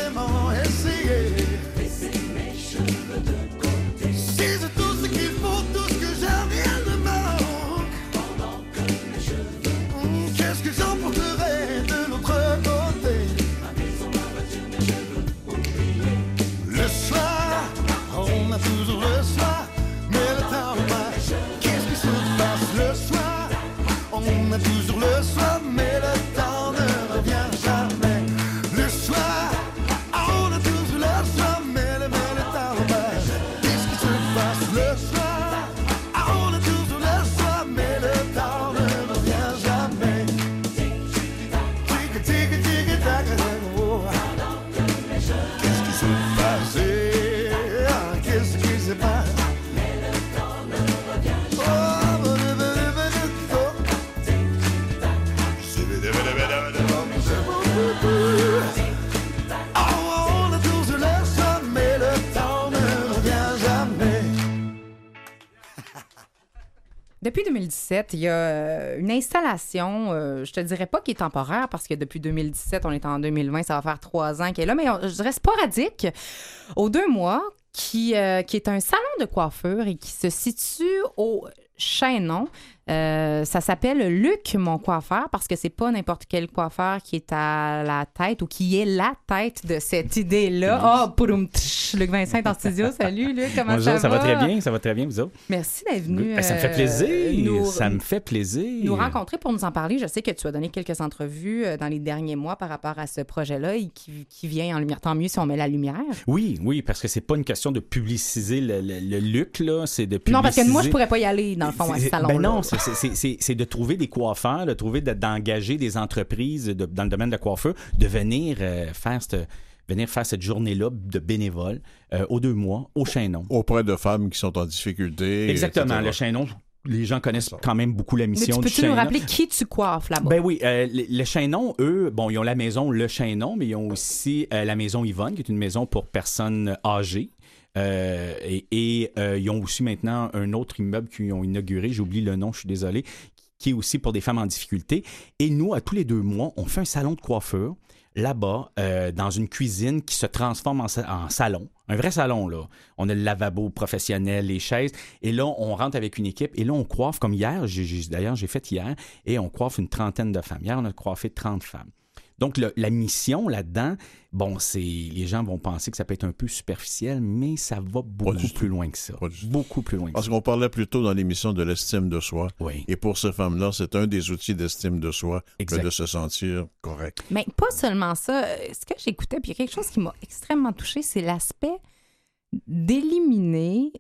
Speaker 5: c'est facile. Qu'est-ce qui se passe? Mais le temps ne revient jamais. Oh, on a tous le son, mais le temps ne revient jamais.
Speaker 1: Depuis deux mille dix-sept, il y a une installation, euh, je te dirais pas qui est temporaire, parce que depuis deux mille dix-sept, on est en deux mille vingt, ça va faire trois ans qu'elle est là, mais on, je dirais sporadique, aux deux mois, qui, euh, qui est un salon de coiffure et qui se situe au Chaînon. Euh, ça s'appelle Luc, mon coiffeur, parce que c'est pas n'importe quel coiffeur qui est à la tête ou qui est la tête de cette idée-là. Oh, pouroum, tch, Luc Vincent est en studio. Salut, Luc, comment
Speaker 8: Bonjour,
Speaker 1: ça va?
Speaker 8: ça va très bien, ça va très bien, vous autres?
Speaker 1: Merci d'être venu.
Speaker 8: Ben, ça me fait plaisir, nous, ça me fait plaisir.
Speaker 1: Nous rencontrer pour nous en parler. Je sais que tu as donné quelques entrevues dans les derniers mois par rapport à ce projet-là et qui, qui vient en lumière. Tant mieux si on met la lumière.
Speaker 8: Oui, oui, parce que c'est pas une question de publiciser le, le, le Luc, là, c'est de publiciser...
Speaker 1: Non, parce que moi, je pourrais pas y aller, dans le fond, à ce salon-là.
Speaker 8: Ben non, c'est, c'est, c'est, c'est de trouver des coiffeurs, de trouver de, d'engager des entreprises de, dans le domaine de la coiffure, de venir euh, faire cette... venir faire cette journée-là de bénévoles euh, aux deux mois, au Chaînon.
Speaker 2: Auprès de femmes qui sont en difficulté.
Speaker 8: Exactement.
Speaker 2: et cetera.
Speaker 8: Le Chaînon, les gens connaissent quand même beaucoup la mission
Speaker 1: Mais tu
Speaker 8: du
Speaker 1: peux-tu
Speaker 8: Chaînon.
Speaker 1: nous rappeler qui tu coiffes là-bas?
Speaker 8: Ben oui, euh, le, le Chaînon, eux, bon, ils ont la maison Le Chaînon, mais ils ont aussi euh, la maison Yvonne, qui est une maison pour personnes âgées. Euh, et et euh, ils ont aussi maintenant un autre immeuble qu'ils ont inauguré, j'oublie le nom, je suis désolé, qui est aussi pour des femmes en difficulté. Et nous, à tous les deux mois, on fait un salon de coiffure là-bas, euh, dans une cuisine qui se transforme en, en salon. Un vrai salon, là. On a le lavabo professionnel, les chaises. Et là, on rentre avec une équipe. Et là, on coiffe, comme hier, j'ai, j'ai, d'ailleurs, j'ai fait hier, et on coiffe une trentaine de femmes. Hier, on a coiffé trente femmes. Donc, le, la mission là-dedans, bon, c'est les gens vont penser que ça peut être un peu superficiel, mais ça va beaucoup plus loin que ça. Beaucoup plus loin que ça.
Speaker 2: Parce qu'on parlait plus tôt dans l'émission de l'estime de soi.
Speaker 8: Oui.
Speaker 2: Et pour ces femmes-là, c'est un des outils d'estime de soi
Speaker 8: Exact.
Speaker 2: que de se sentir correct.
Speaker 1: Mais pas seulement ça. Ce que j'écoutais, puis il y a quelque chose qui m'a extrêmement touchée, c'est l'aspect d'éliminer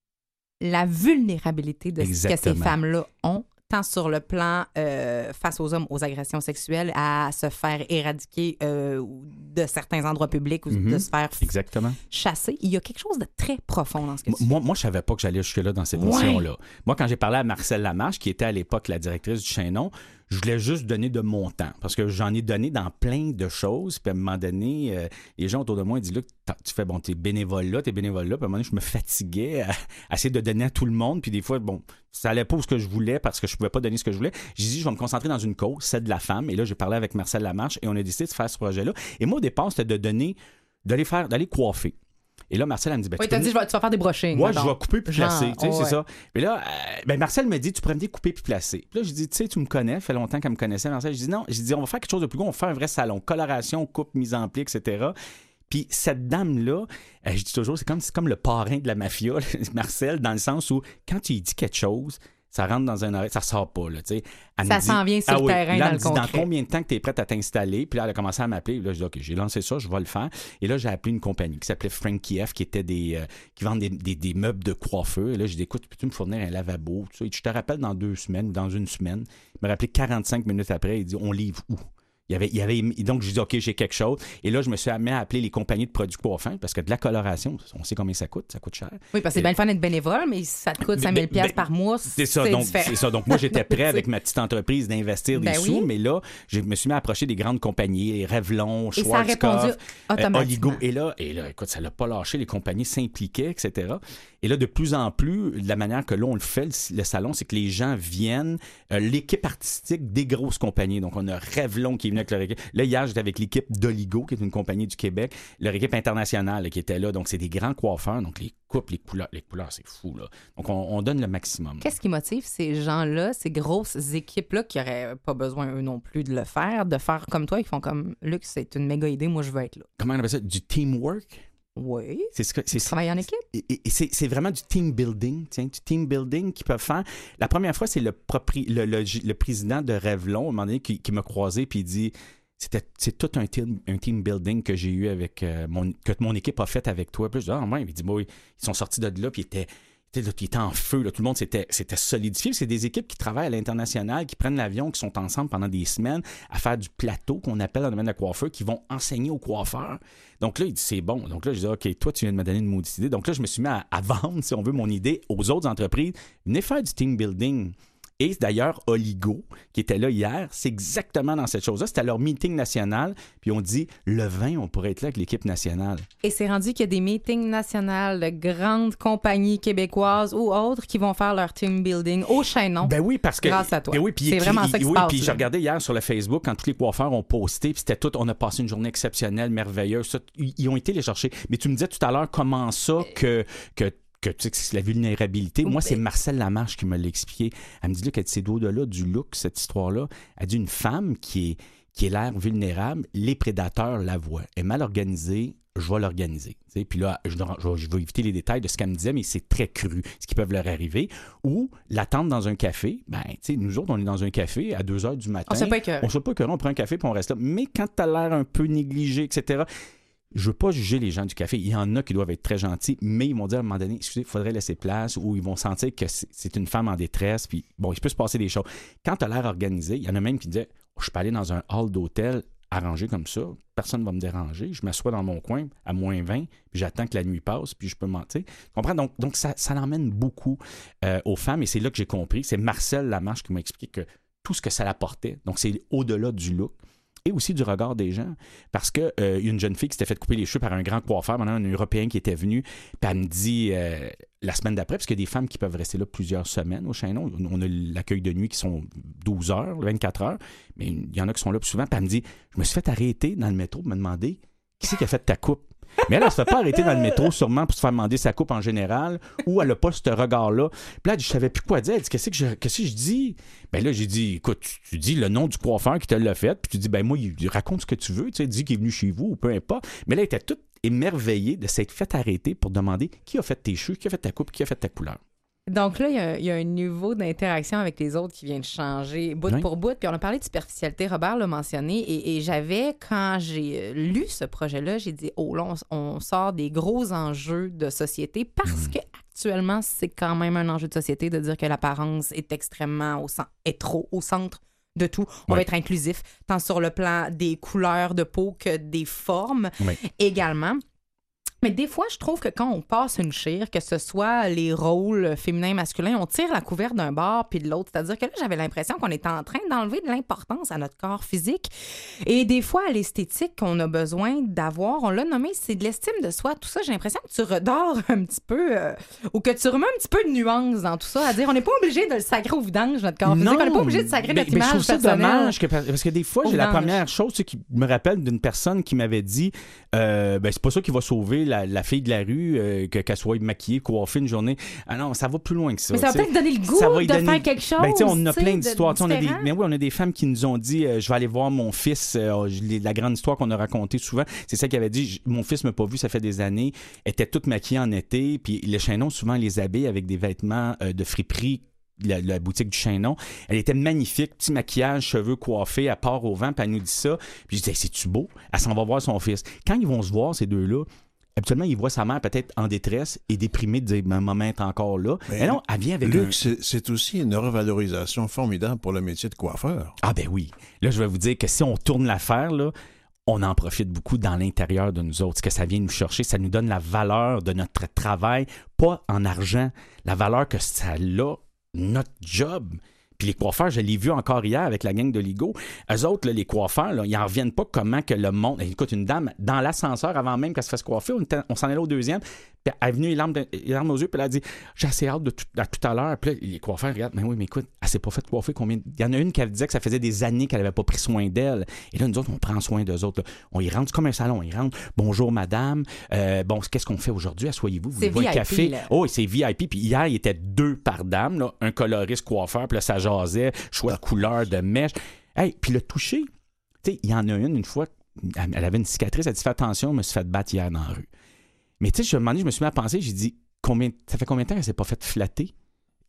Speaker 1: la vulnérabilité de
Speaker 8: Exactement.
Speaker 1: ce que ces femmes-là ont, tant sur le plan euh, face aux hommes, aux agressions sexuelles, à se faire éradiquer euh, de certains endroits publics ou
Speaker 8: Mm-hmm.
Speaker 1: de se faire f-
Speaker 8: Exactement.
Speaker 1: chasser. Il y a quelque chose de très profond dans ce que tu
Speaker 8: Moi, moi je savais pas que j'allais jusque-là dans cette
Speaker 1: Ouais.
Speaker 8: mission-là. Moi, quand j'ai parlé à Marcel Lamarche, qui était à l'époque la directrice du Chaînon, je voulais juste donner de mon temps. Parce que j'en ai donné dans plein de choses. Puis à un moment donné, euh, les gens autour de moi ils disent, là, tu fais, bon, t'es bénévole là, t'es bénévole là. Puis à un moment donné, je me fatiguais à, à essayer de donner à tout le monde. Puis des fois, bon, ça allait pas où ce que je voulais parce que je pouvais pas donner ce que je voulais. J'ai dit, je vais me concentrer dans une cause, celle de la femme. Et là, j'ai parlé avec Marcel Lamarche et on a décidé de faire ce projet-là. Et moi, au départ, c'était de donner, d'aller faire, d'aller coiffer. Et là, Marcel, elle me dit... Ben,
Speaker 1: Oui,
Speaker 8: tu
Speaker 1: t'as
Speaker 8: peux
Speaker 1: dit,
Speaker 8: venir...
Speaker 1: je vais, tu vas faire des brushings.
Speaker 8: Moi,
Speaker 1: mettons.
Speaker 8: je vais couper puis
Speaker 1: Genre,
Speaker 8: placer, tu sais,
Speaker 1: oh,
Speaker 8: c'est
Speaker 1: ouais.
Speaker 8: ça. Mais là, euh, ben Marcel me dit, tu pourrais me dire couper puis placer. Puis là, je dis, tu sais, tu me connais, ça fait longtemps qu'elle me connaissait, Marcel. Je dis, non, je dis, on va faire quelque chose de plus gros, on va faire un vrai salon, coloration, coupe, mise en pli, et cetera. Puis cette dame-là, euh, je dis toujours, c'est comme, c'est comme le parrain de la mafia, Marcel, dans le sens où, quand tu lui dis quelque chose, ça rentre dans un oreille, ça sort pas, là, tu sais. Elle
Speaker 1: Ça
Speaker 8: me dit,
Speaker 1: s'en vient sur
Speaker 8: ah
Speaker 1: le
Speaker 8: oui.
Speaker 1: terrain,
Speaker 8: Là,
Speaker 1: dans
Speaker 8: elle
Speaker 1: le
Speaker 8: me dit,
Speaker 1: concret.
Speaker 8: dans combien de temps que tu es prête à t'installer? Puis là, elle a commencé à m'appeler. Là, je dis, OK, j'ai lancé ça, je vais le faire. Et là, j'ai appelé une compagnie qui s'appelait Frankie F, qui était des, euh, qui vendent des, des, des meubles de coiffeur. Et là, j'ai dit, écoute, peux-tu me fournir un lavabo? Tout ça. Et je te rappelle dans deux semaines ou dans une semaine. Il m'a rappelé quarante-cinq minutes après. Il dit, on livre où? Il y avait, il y avait, donc, je dis, OK, j'ai quelque chose. Et là, je me suis mis à appeler les compagnies de produits coiffants parce que de la coloration, on sait combien ça coûte. Ça coûte cher.
Speaker 1: Oui, parce que c'est bien le fun d'être bénévole, mais ça te coûte cinq mille dollars par mois.
Speaker 8: C'est ça, donc,
Speaker 1: différent.
Speaker 8: c'est ça. Donc, moi, j'étais prêt avec ma petite entreprise d'investir des
Speaker 1: Ben
Speaker 8: sous,
Speaker 1: oui.
Speaker 8: mais là, je me suis mis à approcher des grandes compagnies, les Revlon,
Speaker 1: Et ça a répondu
Speaker 8: Schwarzkopf, euh,
Speaker 1: automatiquement.
Speaker 8: Oligo. Et là, et là, écoute, ça l'a pas lâché, les compagnies s'impliquaient, et cetera. Et là, de plus en plus, de la manière que là, on le fait, le, le salon, c'est que les gens viennent, euh, l'équipe artistique des grosses compagnies. Donc, on a Revlon qui est venu avec leur équipe. Là, hier, j'étais avec l'équipe d'Oligo, qui est une compagnie du Québec, leur équipe internationale là, qui était là. Donc, c'est des grands coiffeurs. Donc, les coupes, les couleurs, les couleurs, c'est fou, là. Donc, on, on donne le maximum.
Speaker 1: Qu'est-ce qui motive ces gens-là, ces grosses équipes-là qui n'auraient pas besoin, eux non plus, de le faire, de faire comme toi, qui font comme Luc, c'est une méga idée, moi, je veux être là.
Speaker 8: Comment on appelle ça? Du teamwork?
Speaker 1: Oui.
Speaker 8: C'est ce que c'est.
Speaker 1: Travailler en équipe.
Speaker 8: Et, et c'est, c'est vraiment du team building, tiens, du team building qu'ils peuvent faire. La première fois, c'est le, propri, le, le, le président de Revlon, à un moment donné, qui, qui m'a croisé puis il dit c'était, c'est tout un team, un team building que j'ai eu avec euh, mon, que mon équipe a fait avec toi. Puis je dis, ah, ouais, il dit, bon, ils sont sortis de là, puis ils étaient. Là, qui était en feu, là, tout le monde s'était, s'était solidifié. C'est des équipes qui travaillent à l'international, qui prennent l'avion, qui sont ensemble pendant des semaines à faire du plateau qu'on appelle dans le domaine de la coiffeur, qui vont enseigner aux coiffeurs. Donc là, il dit c'est bon. Donc là, je dis OK, toi, tu viens de me donner une maudite idée. Donc là, je me suis mis à, à vendre, si on veut, mon idée aux autres entreprises. Venez faire du team building. Et d'ailleurs, Oligo, qui était là hier, c'est exactement dans cette chose-là. C'était leur meeting national, puis on dit, le vingt, on pourrait être là avec l'équipe nationale.
Speaker 1: Et c'est rendu qu'il y a des meetings nationaux de grandes compagnies québécoises ou autres qui vont faire leur team building au chaînon.
Speaker 8: Ben oui, parce que...
Speaker 1: Grâce à toi.
Speaker 8: Ben oui, puis,
Speaker 1: c'est
Speaker 8: puis,
Speaker 1: vraiment ça qui
Speaker 8: oui,
Speaker 1: se passe.
Speaker 8: Puis
Speaker 1: là.
Speaker 8: j'ai regardé hier sur le Facebook, quand tous les coiffeurs ont posté, puis c'était tout, on a passé une journée exceptionnelle, merveilleuse. Ça, ils ont été les chercher. Mais tu me disais tout à l'heure comment ça que... que que tu sais que c'est la vulnérabilité. Moi, c'est Marcel Lamarche qui me l'a expliqué. Elle me dit là qu'elle ces dos-là, du look, cette histoire-là, elle dit une femme qui est qui est l'air vulnérable, les prédateurs la voient. Elle est mal organisée, je vais l'organiser. Tu sais, puis là, je, je, je vais éviter les détails de ce qu'elle me disait, mais c'est très cru, ce qui peut leur arriver. Ou l'attendre dans un café. Ben, tu sais, nous autres, on est dans un café à deux heures du matin.
Speaker 1: On ne sait pas écœuré.
Speaker 8: On ne sait pas écœuré, on prend un café puis on reste là. Mais quand tu as l'air un peu négligé, et cetera, je veux pas juger les gens du café. Il y en a qui doivent être très gentils, mais ils vont dire à un moment donné, excusez, il faudrait laisser place, ou ils vont sentir que c'est une femme en détresse, puis bon, il peut se passer des choses. Quand tu as l'air organisé, il y en a même qui disaient, oh, je peux aller dans un hall d'hôtel arrangé comme ça, personne ne va me déranger, je m'assois dans mon coin à moins vingt, puis j'attends que la nuit passe, puis je peux mentir. Tu comprends? Donc, donc ça, ça l'emmène beaucoup euh, aux femmes, et c'est là que j'ai compris. C'est Marcel Lamarche qui m'a expliqué que tout ce que ça l'apportait, donc c'est au-delà du look, et aussi du regard des gens. Parce qu'il euh, y a une jeune fille qui s'était fait couper les cheveux par un grand coiffeur, maintenant un Européen qui était venu, puis elle me dit euh, la semaine d'après, parce qu'il y a des femmes qui peuvent rester là plusieurs semaines au chaînon. On a l'accueil de nuit qui sont douze heures, vingt-quatre heures, mais il y en a qui sont là plus souvent. Puis elle me dit, je me suis fait arrêter dans le métro pour me demander qui c'est qui a fait ta coupe. Mais elle, elle se fait pas arrêter dans le métro sûrement pour se faire demander sa coupe en général, ou elle n'a pas ce regard-là. Puis là, elle dit, je savais plus quoi dire. Elle dit, qu'est-ce que je, qu'est-ce que je dis? Ben là, j'ai dit, écoute, tu, tu dis le nom du coiffeur qui te l'a fait, puis tu dis, ben moi, il, il raconte ce que tu veux, tu sais, dis qu'il est venu chez vous, ou peu importe. Mais là, elle était toute émerveillée de s'être fait arrêter pour demander qui a fait tes cheveux, qui a fait ta coupe, qui a fait ta couleur.
Speaker 1: Donc là, il y, a, il y a un niveau d'interaction avec les autres qui vient de changer bout oui. pour bout. Puis on a parlé de superficialité, Robert l'a mentionné, et, et j'avais, quand j'ai lu ce projet-là, j'ai dit, oh là, on, on sort des gros enjeux de société parce mmh. que actuellement, c'est quand même un enjeu de société de dire que l'apparence est extrêmement au centre, est trop au centre de tout. On oui. va être inclusif, tant sur le plan des couleurs de peau que des formes oui. également. Mais des fois, je trouve que quand on passe une chire, que ce soit les rôles féminins et masculins, on tire la couverte d'un bord puis de l'autre. C'est-à-dire que là, j'avais l'impression qu'on était en train d'enlever de l'importance à notre corps physique. Et des fois, à l'esthétique qu'on a besoin d'avoir, on l'a nommé, c'est de l'estime de soi. Tout ça, j'ai l'impression que tu redors un petit peu euh, ou que tu remets un petit peu de nuance dans tout ça. À dire, on n'est pas obligé de le sacrer au vidange, notre corps physique.
Speaker 8: Non,
Speaker 1: on n'est pas obligé de sacrer
Speaker 8: mais,
Speaker 1: notre
Speaker 8: mais
Speaker 1: image
Speaker 8: je trouve
Speaker 1: personnelle.
Speaker 8: ça dommage que, parce que des fois, j'ai
Speaker 1: vidange.
Speaker 8: La première chose tu sais, qui me rappelle d'une personne qui m'avait dit euh, ben, c'est pas ça qui va sauver la, la fille de la rue. Euh, que, qu'elle soit maquillée, coiffée une journée. Ah non, ça va plus loin que ça.
Speaker 1: Mais ça va peut-être donner le goût de donner... faire quelque chose.
Speaker 8: Ben, on a plein d'histoires.
Speaker 1: De
Speaker 8: on a des... Mais oui, on a des femmes qui nous ont dit euh, je vais aller voir mon fils. Euh, la grande histoire qu'on a racontée souvent, c'est celle qui avait dit mon fils m'a pas vu, ça fait des années. Elle était toute maquillée en été. Puis le chaînon, souvent, les habille avec des vêtements euh, de friperie. La, la boutique du chaînon. Elle était magnifique, petit maquillage, cheveux coiffés, elle part au vent, puis elle nous dit ça. Puis je disais, c'est-tu beau? Elle s'en va voir son fils. Quand ils vont se voir, ces deux-là, habituellement, il voit sa mère peut-être en détresse et déprimée de dire « ma maman est encore là ». Mais non, elle vient avec
Speaker 2: Luc,
Speaker 8: un...
Speaker 2: c'est, c'est aussi une revalorisation formidable pour le métier de coiffeur.
Speaker 8: Ah ben oui. Là, je vais vous dire que si on tourne l'affaire, là, on en profite beaucoup dans l'intérieur de nous autres. Ce que ça vient nous chercher, ça nous donne la valeur de notre travail, pas en argent, la valeur que ça a, notre job. Puis les coiffeurs, je l'ai vu encore hier avec la gang de Ligo. Eux autres, là, les coiffeurs, là, ils n'en reviennent pas comment que le monde... Écoute, une dame, dans l'ascenseur, avant même qu'elle se fasse coiffer, on, était, on s'en allait au deuxième, puis elle est venue, les larmes, de, les larmes aux yeux, puis elle a dit « J'ai assez hâte de tout, à tout à l'heure. » Puis là, les coiffeurs regardent « Mais oui, mais écoute, elle s'est pas fait coiffer combien... » Il y en a une qui disait que ça faisait des années qu'elle n'avait pas pris soin d'elle. Et là, nous autres, on prend soin d'eux autres. Là. On y rentre, c'est comme un salon, on y rentre. « Bonjour, madame. Euh, bon, qu'est-ce qu'on fait aujourd'hui? Asseyez-vous, vous voulez un café? » Oh, c'est V I P. Puis hier, il était deux par dame, là, un coloriste coiffeur, puis là, ça jasait, choix de couleur, de mèche. Hey, puis le toucher, tu sais, il y en a une, une fois, elle avait une cicatrice, elle a dit « Fais attention, je me suis fait battre hier dans la rue. » Mais tu sais, je me suis mis à penser, j'ai dit, combien, ça fait combien de temps qu'elle ne s'est pas fait flatter?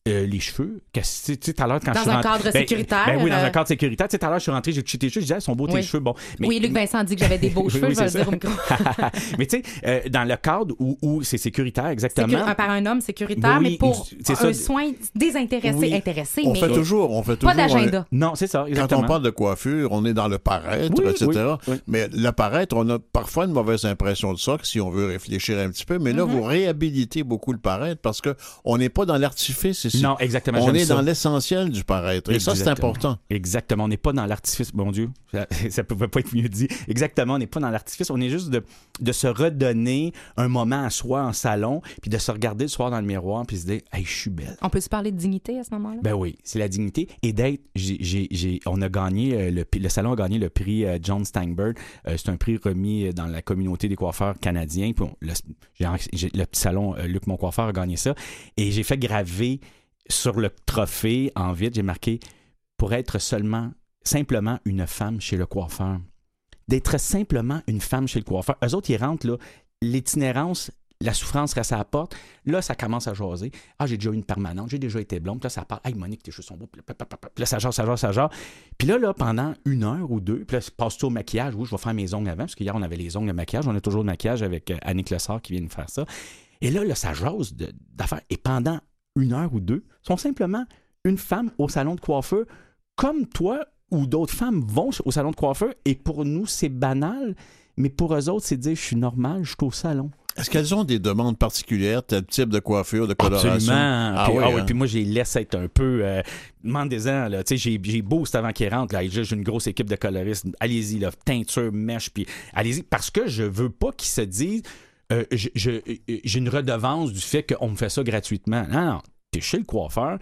Speaker 8: Euh, les cheveux. Tu sais, tout à l'heure, quand
Speaker 1: dans
Speaker 8: je suis
Speaker 1: un
Speaker 8: rentré...
Speaker 1: cadre
Speaker 8: ben,
Speaker 1: sécuritaire.
Speaker 8: Ben oui, dans
Speaker 1: euh...
Speaker 8: un cadre sécuritaire. Tu sais, tout à l'heure, je suis rentré, j'ai touché tes cheveux, je disais, ah, ils sont beaux
Speaker 1: oui.
Speaker 8: tes cheveux. Bon, mais...
Speaker 1: Oui, Luc Vincent dit que j'avais des beaux cheveux,
Speaker 8: oui,
Speaker 1: je vais
Speaker 8: c'est
Speaker 1: le dire au micro.
Speaker 8: Mais tu sais, euh, dans le cadre où, où c'est sécuritaire, exactement.
Speaker 1: Sécur... Par un homme sécuritaire,
Speaker 8: oui,
Speaker 1: mais pour
Speaker 8: c'est
Speaker 1: un
Speaker 8: ça.
Speaker 1: soin désintéressé,
Speaker 8: Oui.
Speaker 1: intéressé,
Speaker 2: On
Speaker 1: mais
Speaker 2: fait toujours, on fait toujours.
Speaker 1: pas d'agenda.
Speaker 2: On est...
Speaker 8: Non, c'est ça, exactement.
Speaker 2: Quand on parle de coiffure, on est dans le paraître,
Speaker 8: oui,
Speaker 2: et cetera.
Speaker 8: Oui, oui.
Speaker 2: Mais le paraître, on a parfois une mauvaise impression de ça, si on veut réfléchir un petit peu. Mais là, mm-hmm. vous réhabilitez beaucoup le paraître parce qu'on n'est pas dans l'artifice ici.
Speaker 8: Non, exactement.
Speaker 2: On est
Speaker 8: ça.
Speaker 2: dans l'essentiel du paraître. Et exactement. Ça, c'est important.
Speaker 8: Exactement. On n'est pas dans l'artifice. Bon Dieu, ça ne pouvait pas être mieux dit. Exactement. On n'est pas dans l'artifice. On est juste de, de se redonner un moment à soi en salon, puis de se regarder le soir dans le miroir, puis se dire, hey, je suis belle.
Speaker 1: On peut se parler de dignité à ce moment-là?
Speaker 8: Ben oui, c'est la dignité. Et d'être, j'ai, j'ai, j'ai, on a gagné, le, le salon a gagné le prix John Steinberg. Euh, c'est un prix remis dans la communauté des coiffeurs canadiens. Puis on, le, j'ai, j'ai, le petit salon euh, Luc Mon Coiffeur a gagné ça. Et j'ai fait graver sur le trophée, en vite, j'ai marqué « Pour être seulement, simplement une femme chez le coiffeur. » D'être simplement une femme chez le coiffeur. Eux autres, ils rentrent, là, l'itinérance, la souffrance reste à la porte. Là, ça commence à jaser. « Ah, j'ai déjà eu une permanente, j'ai déjà été blonde. » Puis là, ça parle. « Hey, Monique, tes cheveux sont beaux. » Puis là, ça jase, ça jase, ça jase. Puis là, là, pendant une heure ou deux, puis là, passe-tu au maquillage. Oui, je vais faire mes ongles avant, parce qu'hier, on avait les ongles de maquillage. On a toujours le maquillage avec euh, Annick Lessard qui vient nous faire ça. Et là, là ça jase de, d'affaires. Et pendant une heure ou deux, sont simplement une femme au salon de coiffeur, comme toi ou d'autres femmes vont au salon de coiffeur, et pour nous, c'est banal, mais pour eux autres, c'est de dire, je suis normal, je suis au salon.
Speaker 2: Est-ce qu'elles ont des demandes particulières, tel type de coiffure, de coloration?
Speaker 8: Absolument.
Speaker 2: Ah,
Speaker 8: puis,
Speaker 2: oui,
Speaker 8: ah oui,
Speaker 2: hein?
Speaker 8: puis moi, je les laisse être un peu... Euh, demandez-en, là. Tu sais, j'ai, j'ai Boost avant qu'ils rentrent, là. J'ai une grosse équipe de coloristes. Allez-y, là. Teinture, mèche, puis allez-y. Parce que je veux pas qu'ils se disent... Euh, je, je, j'ai une redevance du fait qu'on me fait ça gratuitement. Non, non. T'es chez le coiffeur,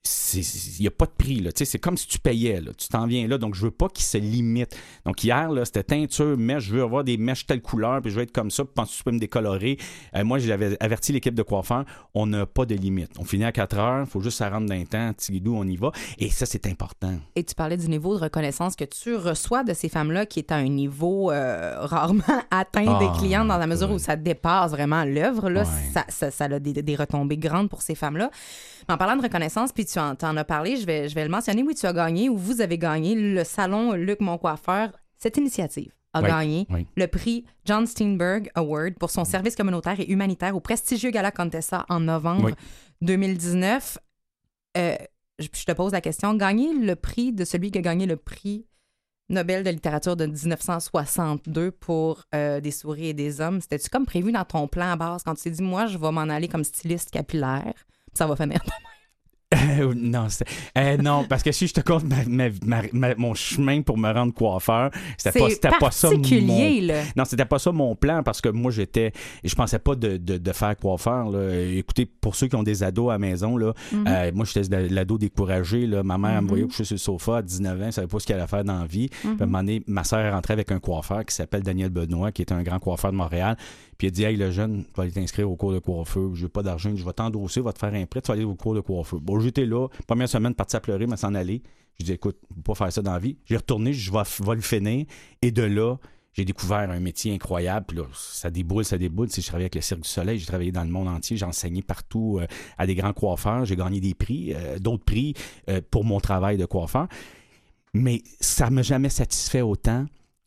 Speaker 8: il n'y a pas de prix. Là. C'est comme si tu payais. Là. Tu t'en viens là. Donc, je veux pas qu'ils se limitent. Donc, hier, là, c'était teinture, mèche. Je veux avoir des mèches telle couleur, puis je veux être comme ça. Puis, penses-tu que tu peux me décolorer? Euh, moi, j'avais averti l'équipe de coiffeurs. On n'a pas de limite. On finit à quatre heures. Il faut juste que ça rentre dans le temps. Tigidou, on y va. Et ça, c'est important.
Speaker 1: Et tu parlais du niveau de reconnaissance que tu reçois de ces femmes-là qui est à un niveau euh, rarement atteint ah, des clients dans la mesure ouais. où ça dépasse vraiment l'œuvre. Là, ouais. ça, ça, ça a des, des retombées grandes pour ces femmes-là. En parlant de reconnaissance, puis tu en, t'en as parlé, je vais, je vais le mentionner. Oui, tu as gagné ou vous avez gagné le salon Luc Mon Coiffeur. Cette initiative a oui, gagné oui. le prix John Steinberg Award pour son service communautaire et humanitaire au prestigieux Gala Contessa en novembre oui. deux mille dix-neuf. Euh, je, je te pose la question, gagner le prix de celui qui a gagné le prix Nobel de littérature de dix-neuf cent soixante-deux pour euh, Des souris et des hommes, c'était-tu comme prévu dans ton plan à base quand tu t'es dit, moi, je vais m'en aller comme styliste capillaire? Ça va finir de
Speaker 8: Euh, non, euh, non, parce que si je te compte ma, ma, ma, ma, mon chemin pour me rendre coiffeur, c'était pas, c'était pas ça mon...
Speaker 1: là.
Speaker 8: Non, c'était pas ça mon plan, parce que moi, j'étais... Je pensais pas de, de, de faire coiffeur, là. Écoutez, pour ceux qui ont des ados à la maison, là, mm-hmm. euh, moi, j'étais l'ado découragé, là. Ma mère, mm-hmm. elle me voyait coucher sur le sofa à dix-neuf ans, elle savait pas ce qu'elle allait faire dans la vie. Mm-hmm. Puis à un moment donné, ma sœur est rentrée avec un coiffeur qui s'appelle Daniel Benoît, qui est un grand coiffeur de Montréal. Puis il a dit, hey, le jeune, tu vas aller t'inscrire au cours de coiffeur. J'ai pas d'argent, je vais t'endosser, va te faire un prêt, tu vas aller au cours de coiffeur. Bon, j'étais là, première semaine, parti à pleurer, mais s'en aller. Je dis, écoute, je ne peux pas faire ça dans la vie. J'ai retourné, je vais, vais le finir. Et de là, j'ai découvert un métier incroyable. Puis là, ça déboule, ça déboule. Tu sais, je travaillais avec le Cirque du Soleil, j'ai travaillé dans le monde entier, j'ai enseigné partout euh, à des grands coiffeurs. J'ai gagné des prix, euh, d'autres prix euh, pour mon travail de coiffeur. Mais ça ne m'a jamais satisfait autant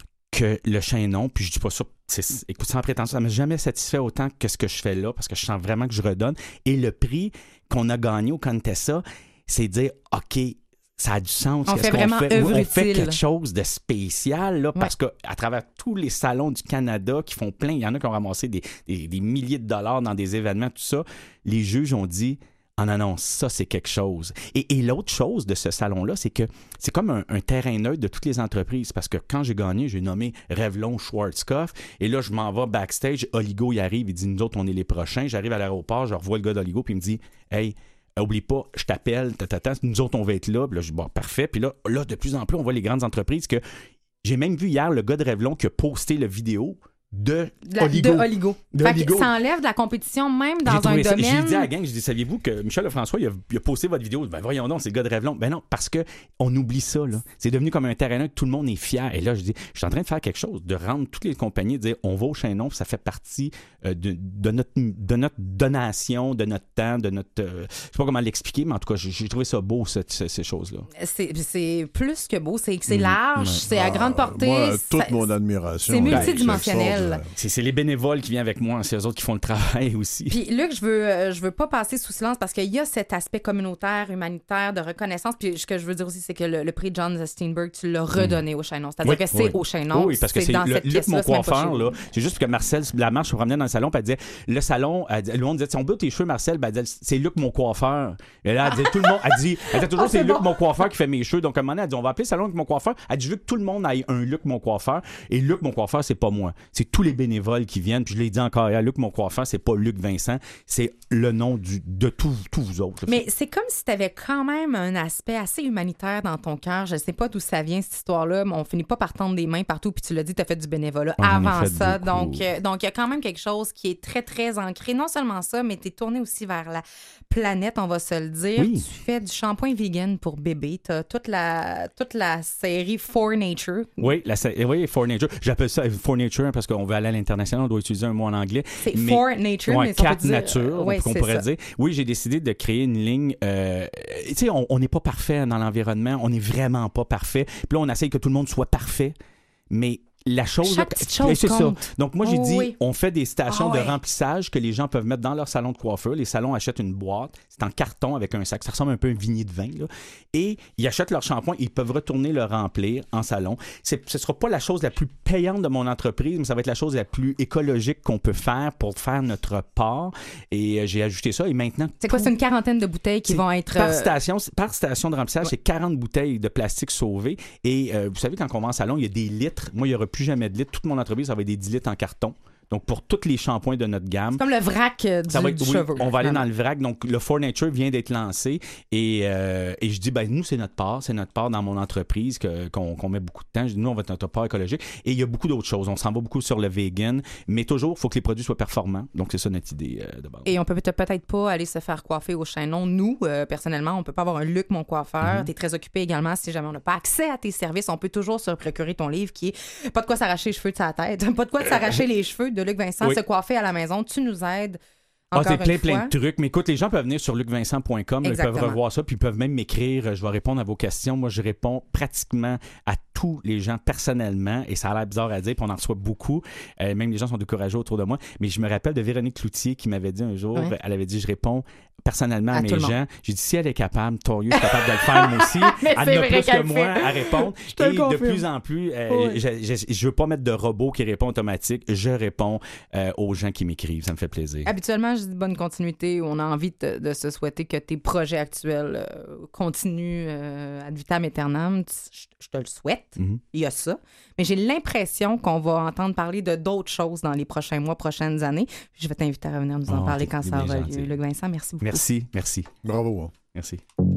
Speaker 8: que le chaînon, puis je dis pas ça, c'est, écoute, sans prétention, ça m'a jamais satisfait autant que ce que je fais là, parce que je sens vraiment que je redonne. Et le prix qu'on a gagné au Contessa, c'est dire, OK, ça a du sens.
Speaker 1: On
Speaker 8: Est-ce
Speaker 1: fait
Speaker 8: qu'on
Speaker 1: vraiment
Speaker 8: fait,
Speaker 1: œuvre
Speaker 8: on fait
Speaker 1: utile.
Speaker 8: quelque chose de spécial, là,
Speaker 1: ouais.
Speaker 8: parce qu'à travers tous les salons du Canada qui font plein, il y en a qui ont ramassé des, des, des milliers de dollars dans des événements, tout ça, les juges ont dit, ah non, non, ça, c'est quelque chose. Et, et l'autre chose de ce salon-là, c'est que c'est comme un, un terrain neutre de toutes les entreprises. Parce que quand j'ai gagné, j'ai nommé Revlon Schwarzkopf. Et là, je m'en vais backstage. Oligo, il arrive, il dit, nous autres, on est les prochains. J'arrive à l'aéroport, je revois le gars d'Oligo, puis il me dit, hey, oublie pas, je t'appelle, t'attends, nous autres, on va être là. Puis là, je dis, bon, parfait. Puis là, là, de plus en plus, on voit les grandes entreprises que j'ai même vu hier le gars de Revlon qui a posté la vidéo de
Speaker 1: La,
Speaker 8: oligo.
Speaker 1: De oligo.
Speaker 8: De
Speaker 1: fait
Speaker 8: oligo.
Speaker 1: Que ça enlève de la compétition même dans
Speaker 8: j'ai
Speaker 1: un
Speaker 8: ça,
Speaker 1: domaine.
Speaker 8: J'ai dit à la gang, j'ai dit, saviez-vous que Michel Lefrançois, il a, il a posté votre vidéo. Ben voyons donc, c'est le gars de Revlon. Ben non, parce que on oublie ça, là. C'est devenu comme un terrain que tout le monde est fier. Et là, je dis, je suis en train de faire quelque chose, de rendre toutes les compagnies, de dire, on va au Chaînon, puis ça fait partie euh, de, de, notre, de notre donation, de notre temps, de notre... Euh, je sais pas comment l'expliquer, mais en tout cas, j'ai, j'ai trouvé ça beau, ce, ce, ces choses-là.
Speaker 1: C'est, c'est plus que beau. C'est, c'est large, mmh. c'est à ah, grande portée.
Speaker 2: Moi, toute
Speaker 1: ça,
Speaker 2: mon admiration.
Speaker 1: C'est multidimensionnel.
Speaker 2: Ben,
Speaker 8: c'est, c'est les bénévoles qui viennent avec moi, c'est eux autres qui font le travail aussi.
Speaker 1: Puis Luc, je veux, euh, je veux pas passer sous silence parce qu'il y a cet aspect communautaire, humanitaire, de reconnaissance. Puis ce que je veux dire aussi, c'est que le, le prix John Steinberg, tu l'as redonné mmh. au Chaînon. C'est-à-dire
Speaker 8: oui,
Speaker 1: que c'est
Speaker 8: oui.
Speaker 1: au Chaînon.
Speaker 8: Oui, parce que c'est, c'est dans le, cette Luc, mon coiffeur, là. C'est juste que Marcel Lamarche se promenait dans le salon, puis elle disait, le salon, elle, le monde disait, si on veut tes cheveux, Marcel, ben, elle disait, c'est Luc, mon coiffeur. Et là, elle disait, tout le monde, elle dit, elle disait toujours, oh, c'est, c'est Luc, bon. mon coiffeur qui fait mes cheveux. Donc, à un moment donné, elle dit, on va appeler salon Luc, mon coiffeur. Elle dit, je veux que tout le monde ait un Luc, mon coiffeur. Et Luc, mon coiffeur, c'est pas moi. C'est tous les bénévoles qui viennent. Puis je l'ai dit encore, à Luc, mon coiffeur, c'est pas Luc Vincent. C'est le nom du, de tous vous autres.
Speaker 1: Mais c'est comme si tu avais quand même un aspect assez humanitaire dans ton cœur. Je sais pas d'où ça vient, cette histoire-là, mais on finit pas par tendre des mains partout. Puis tu l'as dit, tu as fait du bénévolat on avant ça. Beaucoup. Donc, euh, donc, il y a quand même quelque chose qui est très, très ancré. Non seulement ça, mais tu es tourné aussi vers la planète, on va se le dire.
Speaker 8: Oui.
Speaker 1: Tu fais du shampoing vegan pour bébé. Tu as toute la, toute la série For Nature.
Speaker 8: Oui, la, oui, For Nature. J'appelle ça For Nature parce qu'on veut aller à l'international, on doit utiliser un mot en anglais.
Speaker 1: C'est mais, For Nature,
Speaker 8: ouais,
Speaker 1: mais
Speaker 8: Cat
Speaker 1: dire,
Speaker 8: Nature,
Speaker 1: ouais,
Speaker 8: qu'on pourrait ça. dire. Oui, j'ai décidé de créer une ligne. Euh, tu sais, on n'est pas parfait dans l'environnement, on n'est vraiment pas parfait. Puis là, on essaye que tout le monde soit parfait, mais la chose,
Speaker 1: Chaque petite chose
Speaker 8: c'est
Speaker 1: compte.
Speaker 8: ça. Donc moi j'ai oh, dit
Speaker 1: oui.
Speaker 8: on fait des stations
Speaker 1: oh,
Speaker 8: de
Speaker 1: ouais.
Speaker 8: remplissage que les gens peuvent mettre dans leur salon de coiffeur. Les salons achètent une boîte, c'est en carton avec un sac, ça ressemble un peu à un vignet de vin là. Et ils achètent leur shampoing, ils peuvent retourner le remplir en salon. C'est, ce sera pas la chose la plus payante de mon entreprise, mais ça va être la chose la plus écologique qu'on peut faire pour faire notre part. Et euh, j'ai ajouté ça et maintenant
Speaker 1: c'est quoi, c'est une quarantaine de bouteilles qui vont être
Speaker 8: par station, par station de remplissage, ouais. c'est quarante bouteilles de plastique sauvées. Et euh, vous savez quand on va en salon, il y a des litres. Moi il y aura plus jamais de litres. Toute mon entreprise, ça va être des dix litres en carton. Donc, pour tous les shampoings de notre gamme.
Speaker 1: C'est comme le vrac euh, du,
Speaker 8: ça va être,
Speaker 1: du
Speaker 8: oui,
Speaker 1: cheveu.
Speaker 8: On va aller dans le vrac. Donc, le For Nature vient d'être lancé. Et, euh, et je dis, ben nous, c'est notre part. C'est notre part dans mon entreprise que, qu'on, qu'on met beaucoup de temps. Je dis, nous, on va être notre part écologique. Et il y a beaucoup d'autres choses. On s'en va beaucoup sur le vegan. Mais toujours, il faut que les produits soient performants. Donc, c'est ça notre idée euh, de base.
Speaker 1: Et on peut peut-être pas aller se faire coiffer au Chaînon. Nous, euh, personnellement, on peut pas avoir un Luc, mon coiffeur. Mm-hmm. Tu es très occupé également. Si jamais on n'a pas accès à tes services, on peut toujours se procurer ton livre qui est Pas de quoi s'arracher les cheveux de sa tête. Pas de quoi s'arracher les cheveux de Luc Vincent. Oui. Se coiffer à la maison. Tu nous aides.
Speaker 8: Ah, c'est plein, plein de trucs. Mais écoute, les gens peuvent venir sur luc vincent point com. Ils peuvent revoir ça. Puis ils peuvent même m'écrire. Je vais répondre à vos questions. Moi, je réponds pratiquement à tous les gens personnellement. Et ça a l'air bizarre à dire. Puis on en reçoit beaucoup. Euh, même les gens sont découragés autour de moi. Mais je me rappelle de Véronique Cloutier qui m'avait dit un jour, ouais. elle avait dit, je réponds personnellement à, à mes gens. J'ai dit, si elle est capable, Torieux est capable de le faire, moi aussi. Elle en a plus que moi à répondre. Et de plus en plus, euh, oui. je ne veux pas mettre de robot qui répond automatique. Je réponds euh, aux gens qui m'écrivent. Ça me fait plaisir.
Speaker 1: Habituellement, je dis bonne continuité. On a envie de, de se souhaiter que tes projets actuels euh, continuent euh, ad vitam aeternam. Je, je te le souhaite. Mm-hmm. Il y a ça. Mais j'ai l'impression qu'on va entendre parler de d'autres choses dans les prochains mois, prochaines années. Je vais t'inviter à revenir nous en oh, parler quand ça aura lieu. Luc Vincent, merci beaucoup.
Speaker 8: Merci, merci.
Speaker 2: Bravo. Hein.
Speaker 8: Merci.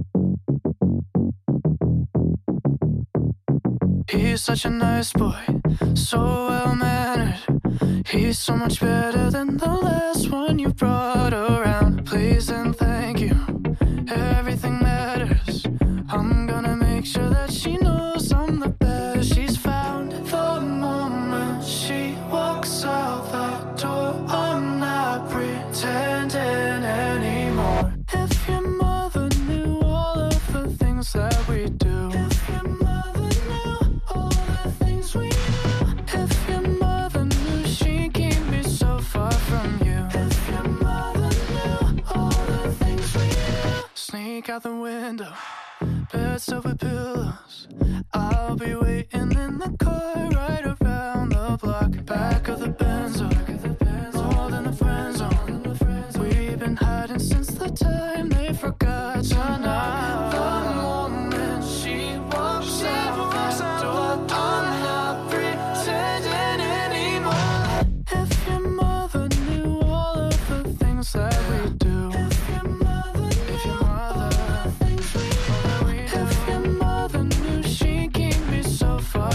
Speaker 5: He's such a nice boy, so well-mannered. He's so much better than the last one you brought around. Please and thank you, everything matters. I'm gonna make sure that she knows I'm the best. She's found the moment she walks out that door. I'm not pretending anymore. If your mother knew all of the things that we do. If your mother knew all the things we do. If your mother knew she keep me so far from you. If your mother knew all the things we do. Sneak out the window, beds filled with pillows. I'll be waiting in the car right around the block. Back of the Benzo, more than a friend zone. We've been hiding since the time they forgot to knock. The moment she walks out that door, I'm not pretending anymore. If your mother knew all of the things that we do. If your mother knew if your mother, all the things we do. If your mother knew she keep me so far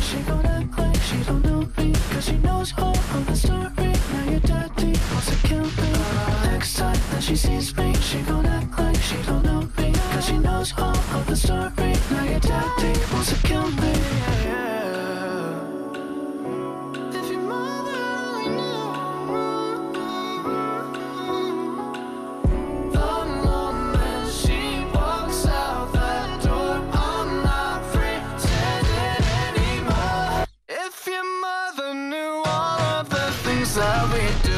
Speaker 5: she gon' act like she don't know me. Cause she knows all of the story. Now your daddy wants to kill me. Next time that she sees me, she gon' act like she don't know me. Cause she knows all of the story. Now your daddy wants to kill me. If your mother only knew the moment she walks out that door, I'm not pretending anymore. If your mother knew all of the things that we do.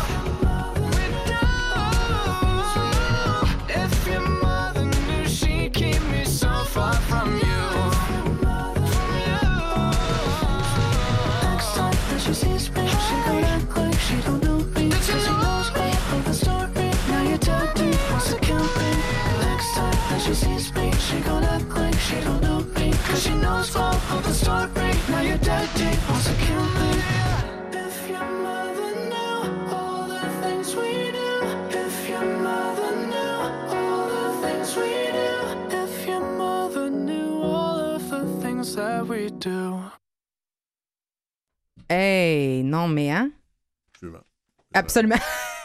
Speaker 5: She sees me, she gon' act like she don't know me. Cause she knows all of the story. Now your daddy wants to kill me. If your mother knew all the things we do. If your mother knew all the things we do. If your mother knew all of the things that we do.
Speaker 1: Hey, non mais hein?
Speaker 2: Suivant.
Speaker 1: Absolument.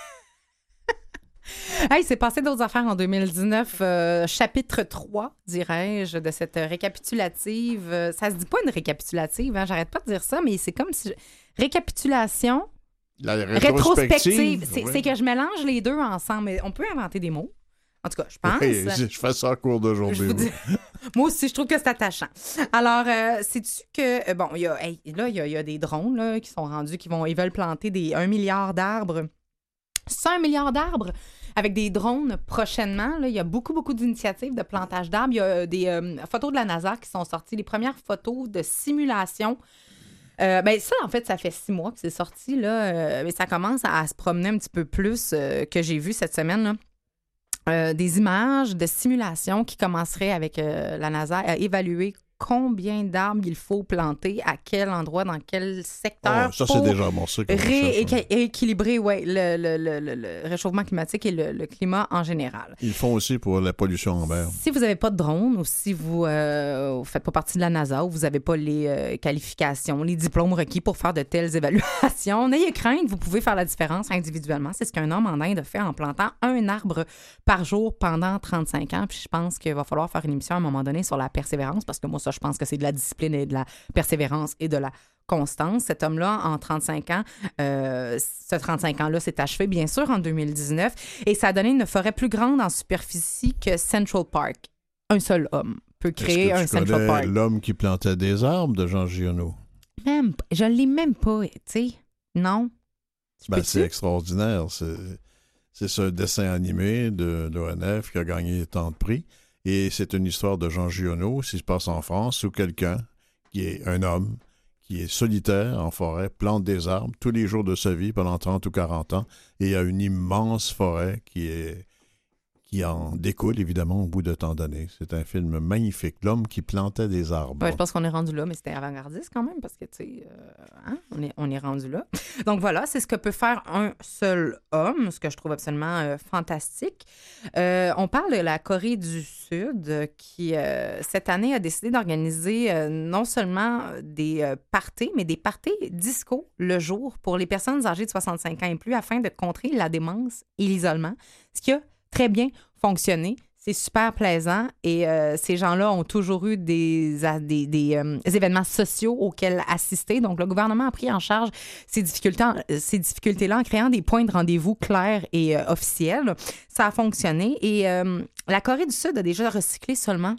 Speaker 1: Hey, c'est passé d'autres affaires en deux mille dix-neuf. Euh, chapitre trois, dirais-je, de cette récapitulative. Euh, ça se dit pas une récapitulative, hein? J'arrête pas de dire ça, mais c'est comme si... Je... Récapitulation,
Speaker 2: La
Speaker 1: rétrospective. C'est,
Speaker 2: oui.
Speaker 1: c'est que je mélange les deux ensemble. Mais on peut inventer des mots. En tout cas, je pense.
Speaker 2: Oui, je fais ça en cours d'aujourd'hui.
Speaker 1: Je dis... Moi aussi, je trouve que c'est attachant. Alors, euh, sais-tu que... Bon, il y a, hey, là, il y, a, il y a des drones là, qui sont rendus, qui vont, ils veulent planter des un milliard d'arbres. C'est un milliard d'arbres avec des drones prochainement. Là, il y a beaucoup, beaucoup d'initiatives de plantage d'arbres. Il y a des euh, photos de la NASA qui sont sorties, les premières photos de simulation. Euh, ben ça, en fait, ça fait six mois que c'est sorti, là, euh, mais ça commence à, à se promener un petit peu plus euh, que j'ai vu cette semaine, là. Euh, des images de simulation qui commenceraient avec euh, la NASA à évaluer combien d'arbres il faut planter, à quel endroit, dans quel secteur.
Speaker 2: Oh, ça, c'est déjà bon, ça.
Speaker 1: Rééquilibrer, oui, le, le, le, le, le réchauffement climatique et le, le climat en général.
Speaker 2: Ils le font aussi pour la pollution en mer.
Speaker 1: Si vous n'avez pas de drone ou si vous ne euh, faites pas partie de la NASA ou vous n'avez pas les euh, qualifications, les diplômes requis pour faire de telles évaluations, n'ayez crainte, vous pouvez faire la différence individuellement. C'est ce qu'un homme en Inde a fait en plantant un arbre par jour pendant trente-cinq ans. Puis je pense qu'il va falloir faire une émission à un moment donné sur la persévérance parce que moi, ça, je pense que c'est de la discipline et de la persévérance et de la constance. Cet homme-là, en trente-cinq ans, euh, ce trente-cinq ans-là s'est achevé, bien sûr, en deux mille dix-neuf, et ça a donné une forêt plus grande en superficie que Central Park. Un seul homme peut créer un Central Park.
Speaker 2: L'homme qui plantait des arbres de Jean Giono?
Speaker 1: Même, je ne l'ai même pas, tu sais. Non.
Speaker 2: Ben, c'est extraordinaire. C'est, c'est ce dessin animé de l'O N F qui a gagné tant de prix. Et c'est une histoire de Jean Giono, qui se passe en France, où quelqu'un, qui est un homme, qui est solitaire en forêt, plante des arbres tous les jours de sa vie pendant trente ou quarante ans, et il y a une immense forêt qui est qui en découle, évidemment, au bout de tant d'années. C'est un film magnifique. L'homme qui plantait des arbres.
Speaker 1: Ouais, je pense qu'on est rendu là, mais c'était avant-gardiste quand même, parce que, tu sais, euh, hein, on, est, on est rendu là. Donc voilà, c'est ce que peut faire un seul homme, ce que je trouve absolument euh, fantastique. Euh, on parle de la Corée du Sud, euh, qui, euh, cette année, a décidé d'organiser euh, non seulement des euh, parties, mais des parties disco le jour pour les personnes âgées de soixante-cinq ans et plus, afin de contrer la démence et l'isolement, ce qui a très bien fonctionné. C'est super plaisant et euh, ces gens-là ont toujours eu des, des, des, euh, des événements sociaux auxquels assister. Donc, le gouvernement a pris en charge ces difficultés, ces difficultés-là en créant des points de rendez-vous clairs et euh, officiels. Ça a fonctionné et euh, la Corée du Sud a déjà recyclé seulement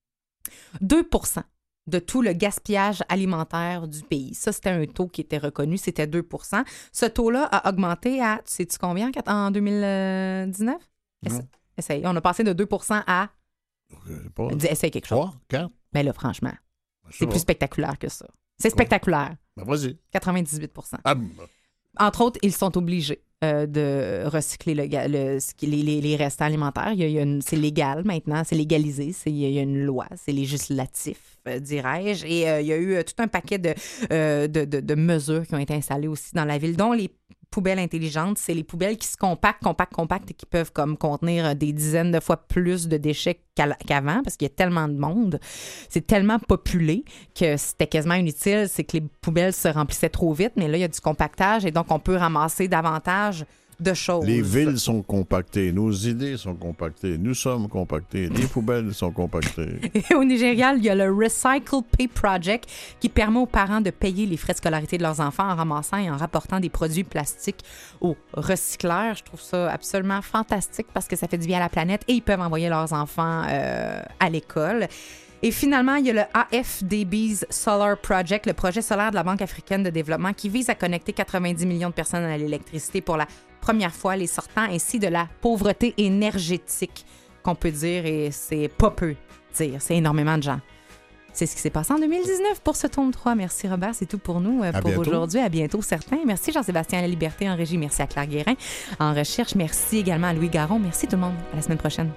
Speaker 1: deux pour cent de tout le gaspillage alimentaire du pays. Ça, c'était un taux qui était reconnu, c'était deux pour cent. Ce taux-là a augmenté à, tu sais-tu combien en deux mille dix-neuf? Essa- essaye. On a passé de deux pour cent à...
Speaker 2: Pas...
Speaker 1: Essaye quelque chose.
Speaker 2: trois, quatre
Speaker 1: Mais là, franchement,
Speaker 2: ben,
Speaker 1: c'est plus spectaculaire que ça. C'est spectaculaire.
Speaker 2: Ben, vas-y.
Speaker 1: quatre-vingt-dix-huit pour cent.
Speaker 2: Ah, ben.
Speaker 1: Entre autres, ils sont obligés euh, de recycler le, le, les, les, les restants alimentaires. Il y a, il y a une, c'est légal maintenant, c'est légalisé. C'est, il y a une loi, c'est législatif, euh, dirais-je. Et euh, il y a eu euh, tout un paquet de, euh, de, de, de mesures qui ont été installées aussi dans la ville, dont les poubelles intelligentes. C'est les poubelles qui se compactent, compactent, compactent et qui peuvent comme contenir des dizaines de fois plus de déchets qu'avant parce qu'il y a tellement de monde. C'est tellement populé que c'était quasiment inutile. C'est que les poubelles se remplissaient trop vite, mais là, il y a du compactage et donc on peut ramasser davantage de choses.
Speaker 2: Les villes sont compactées, nos idées sont compactées, nous sommes compactés, les poubelles sont compactées.
Speaker 1: Et au Nigeria, il y a le Recycle Pay Project qui permet aux parents de payer les frais de scolarité de leurs enfants en ramassant et en rapportant des produits plastiques aux recycleurs. Je trouve ça absolument fantastique parce que ça fait du bien à la planète et ils peuvent envoyer leurs enfants euh, à l'école. Et finalement, il y a le A F D B's Solar Project, le projet solaire de la Banque africaine de développement qui vise à connecter quatre-vingt-dix millions de personnes à l'électricité pour la première fois, les sortant ainsi de la pauvreté énergétique qu'on peut dire, et c'est pas peu dire, c'est énormément de gens. C'est ce qui s'est passé en deux mille dix-neuf pour ce tome trois. Merci Robert, c'est tout pour nous euh, pour bientôt. Aujourd'hui. À bientôt, certains. Merci Jean-Sébastien La Liberté en régie, merci à Claire Guérin en recherche, merci également à Louis Garon, merci tout le monde, à la semaine prochaine.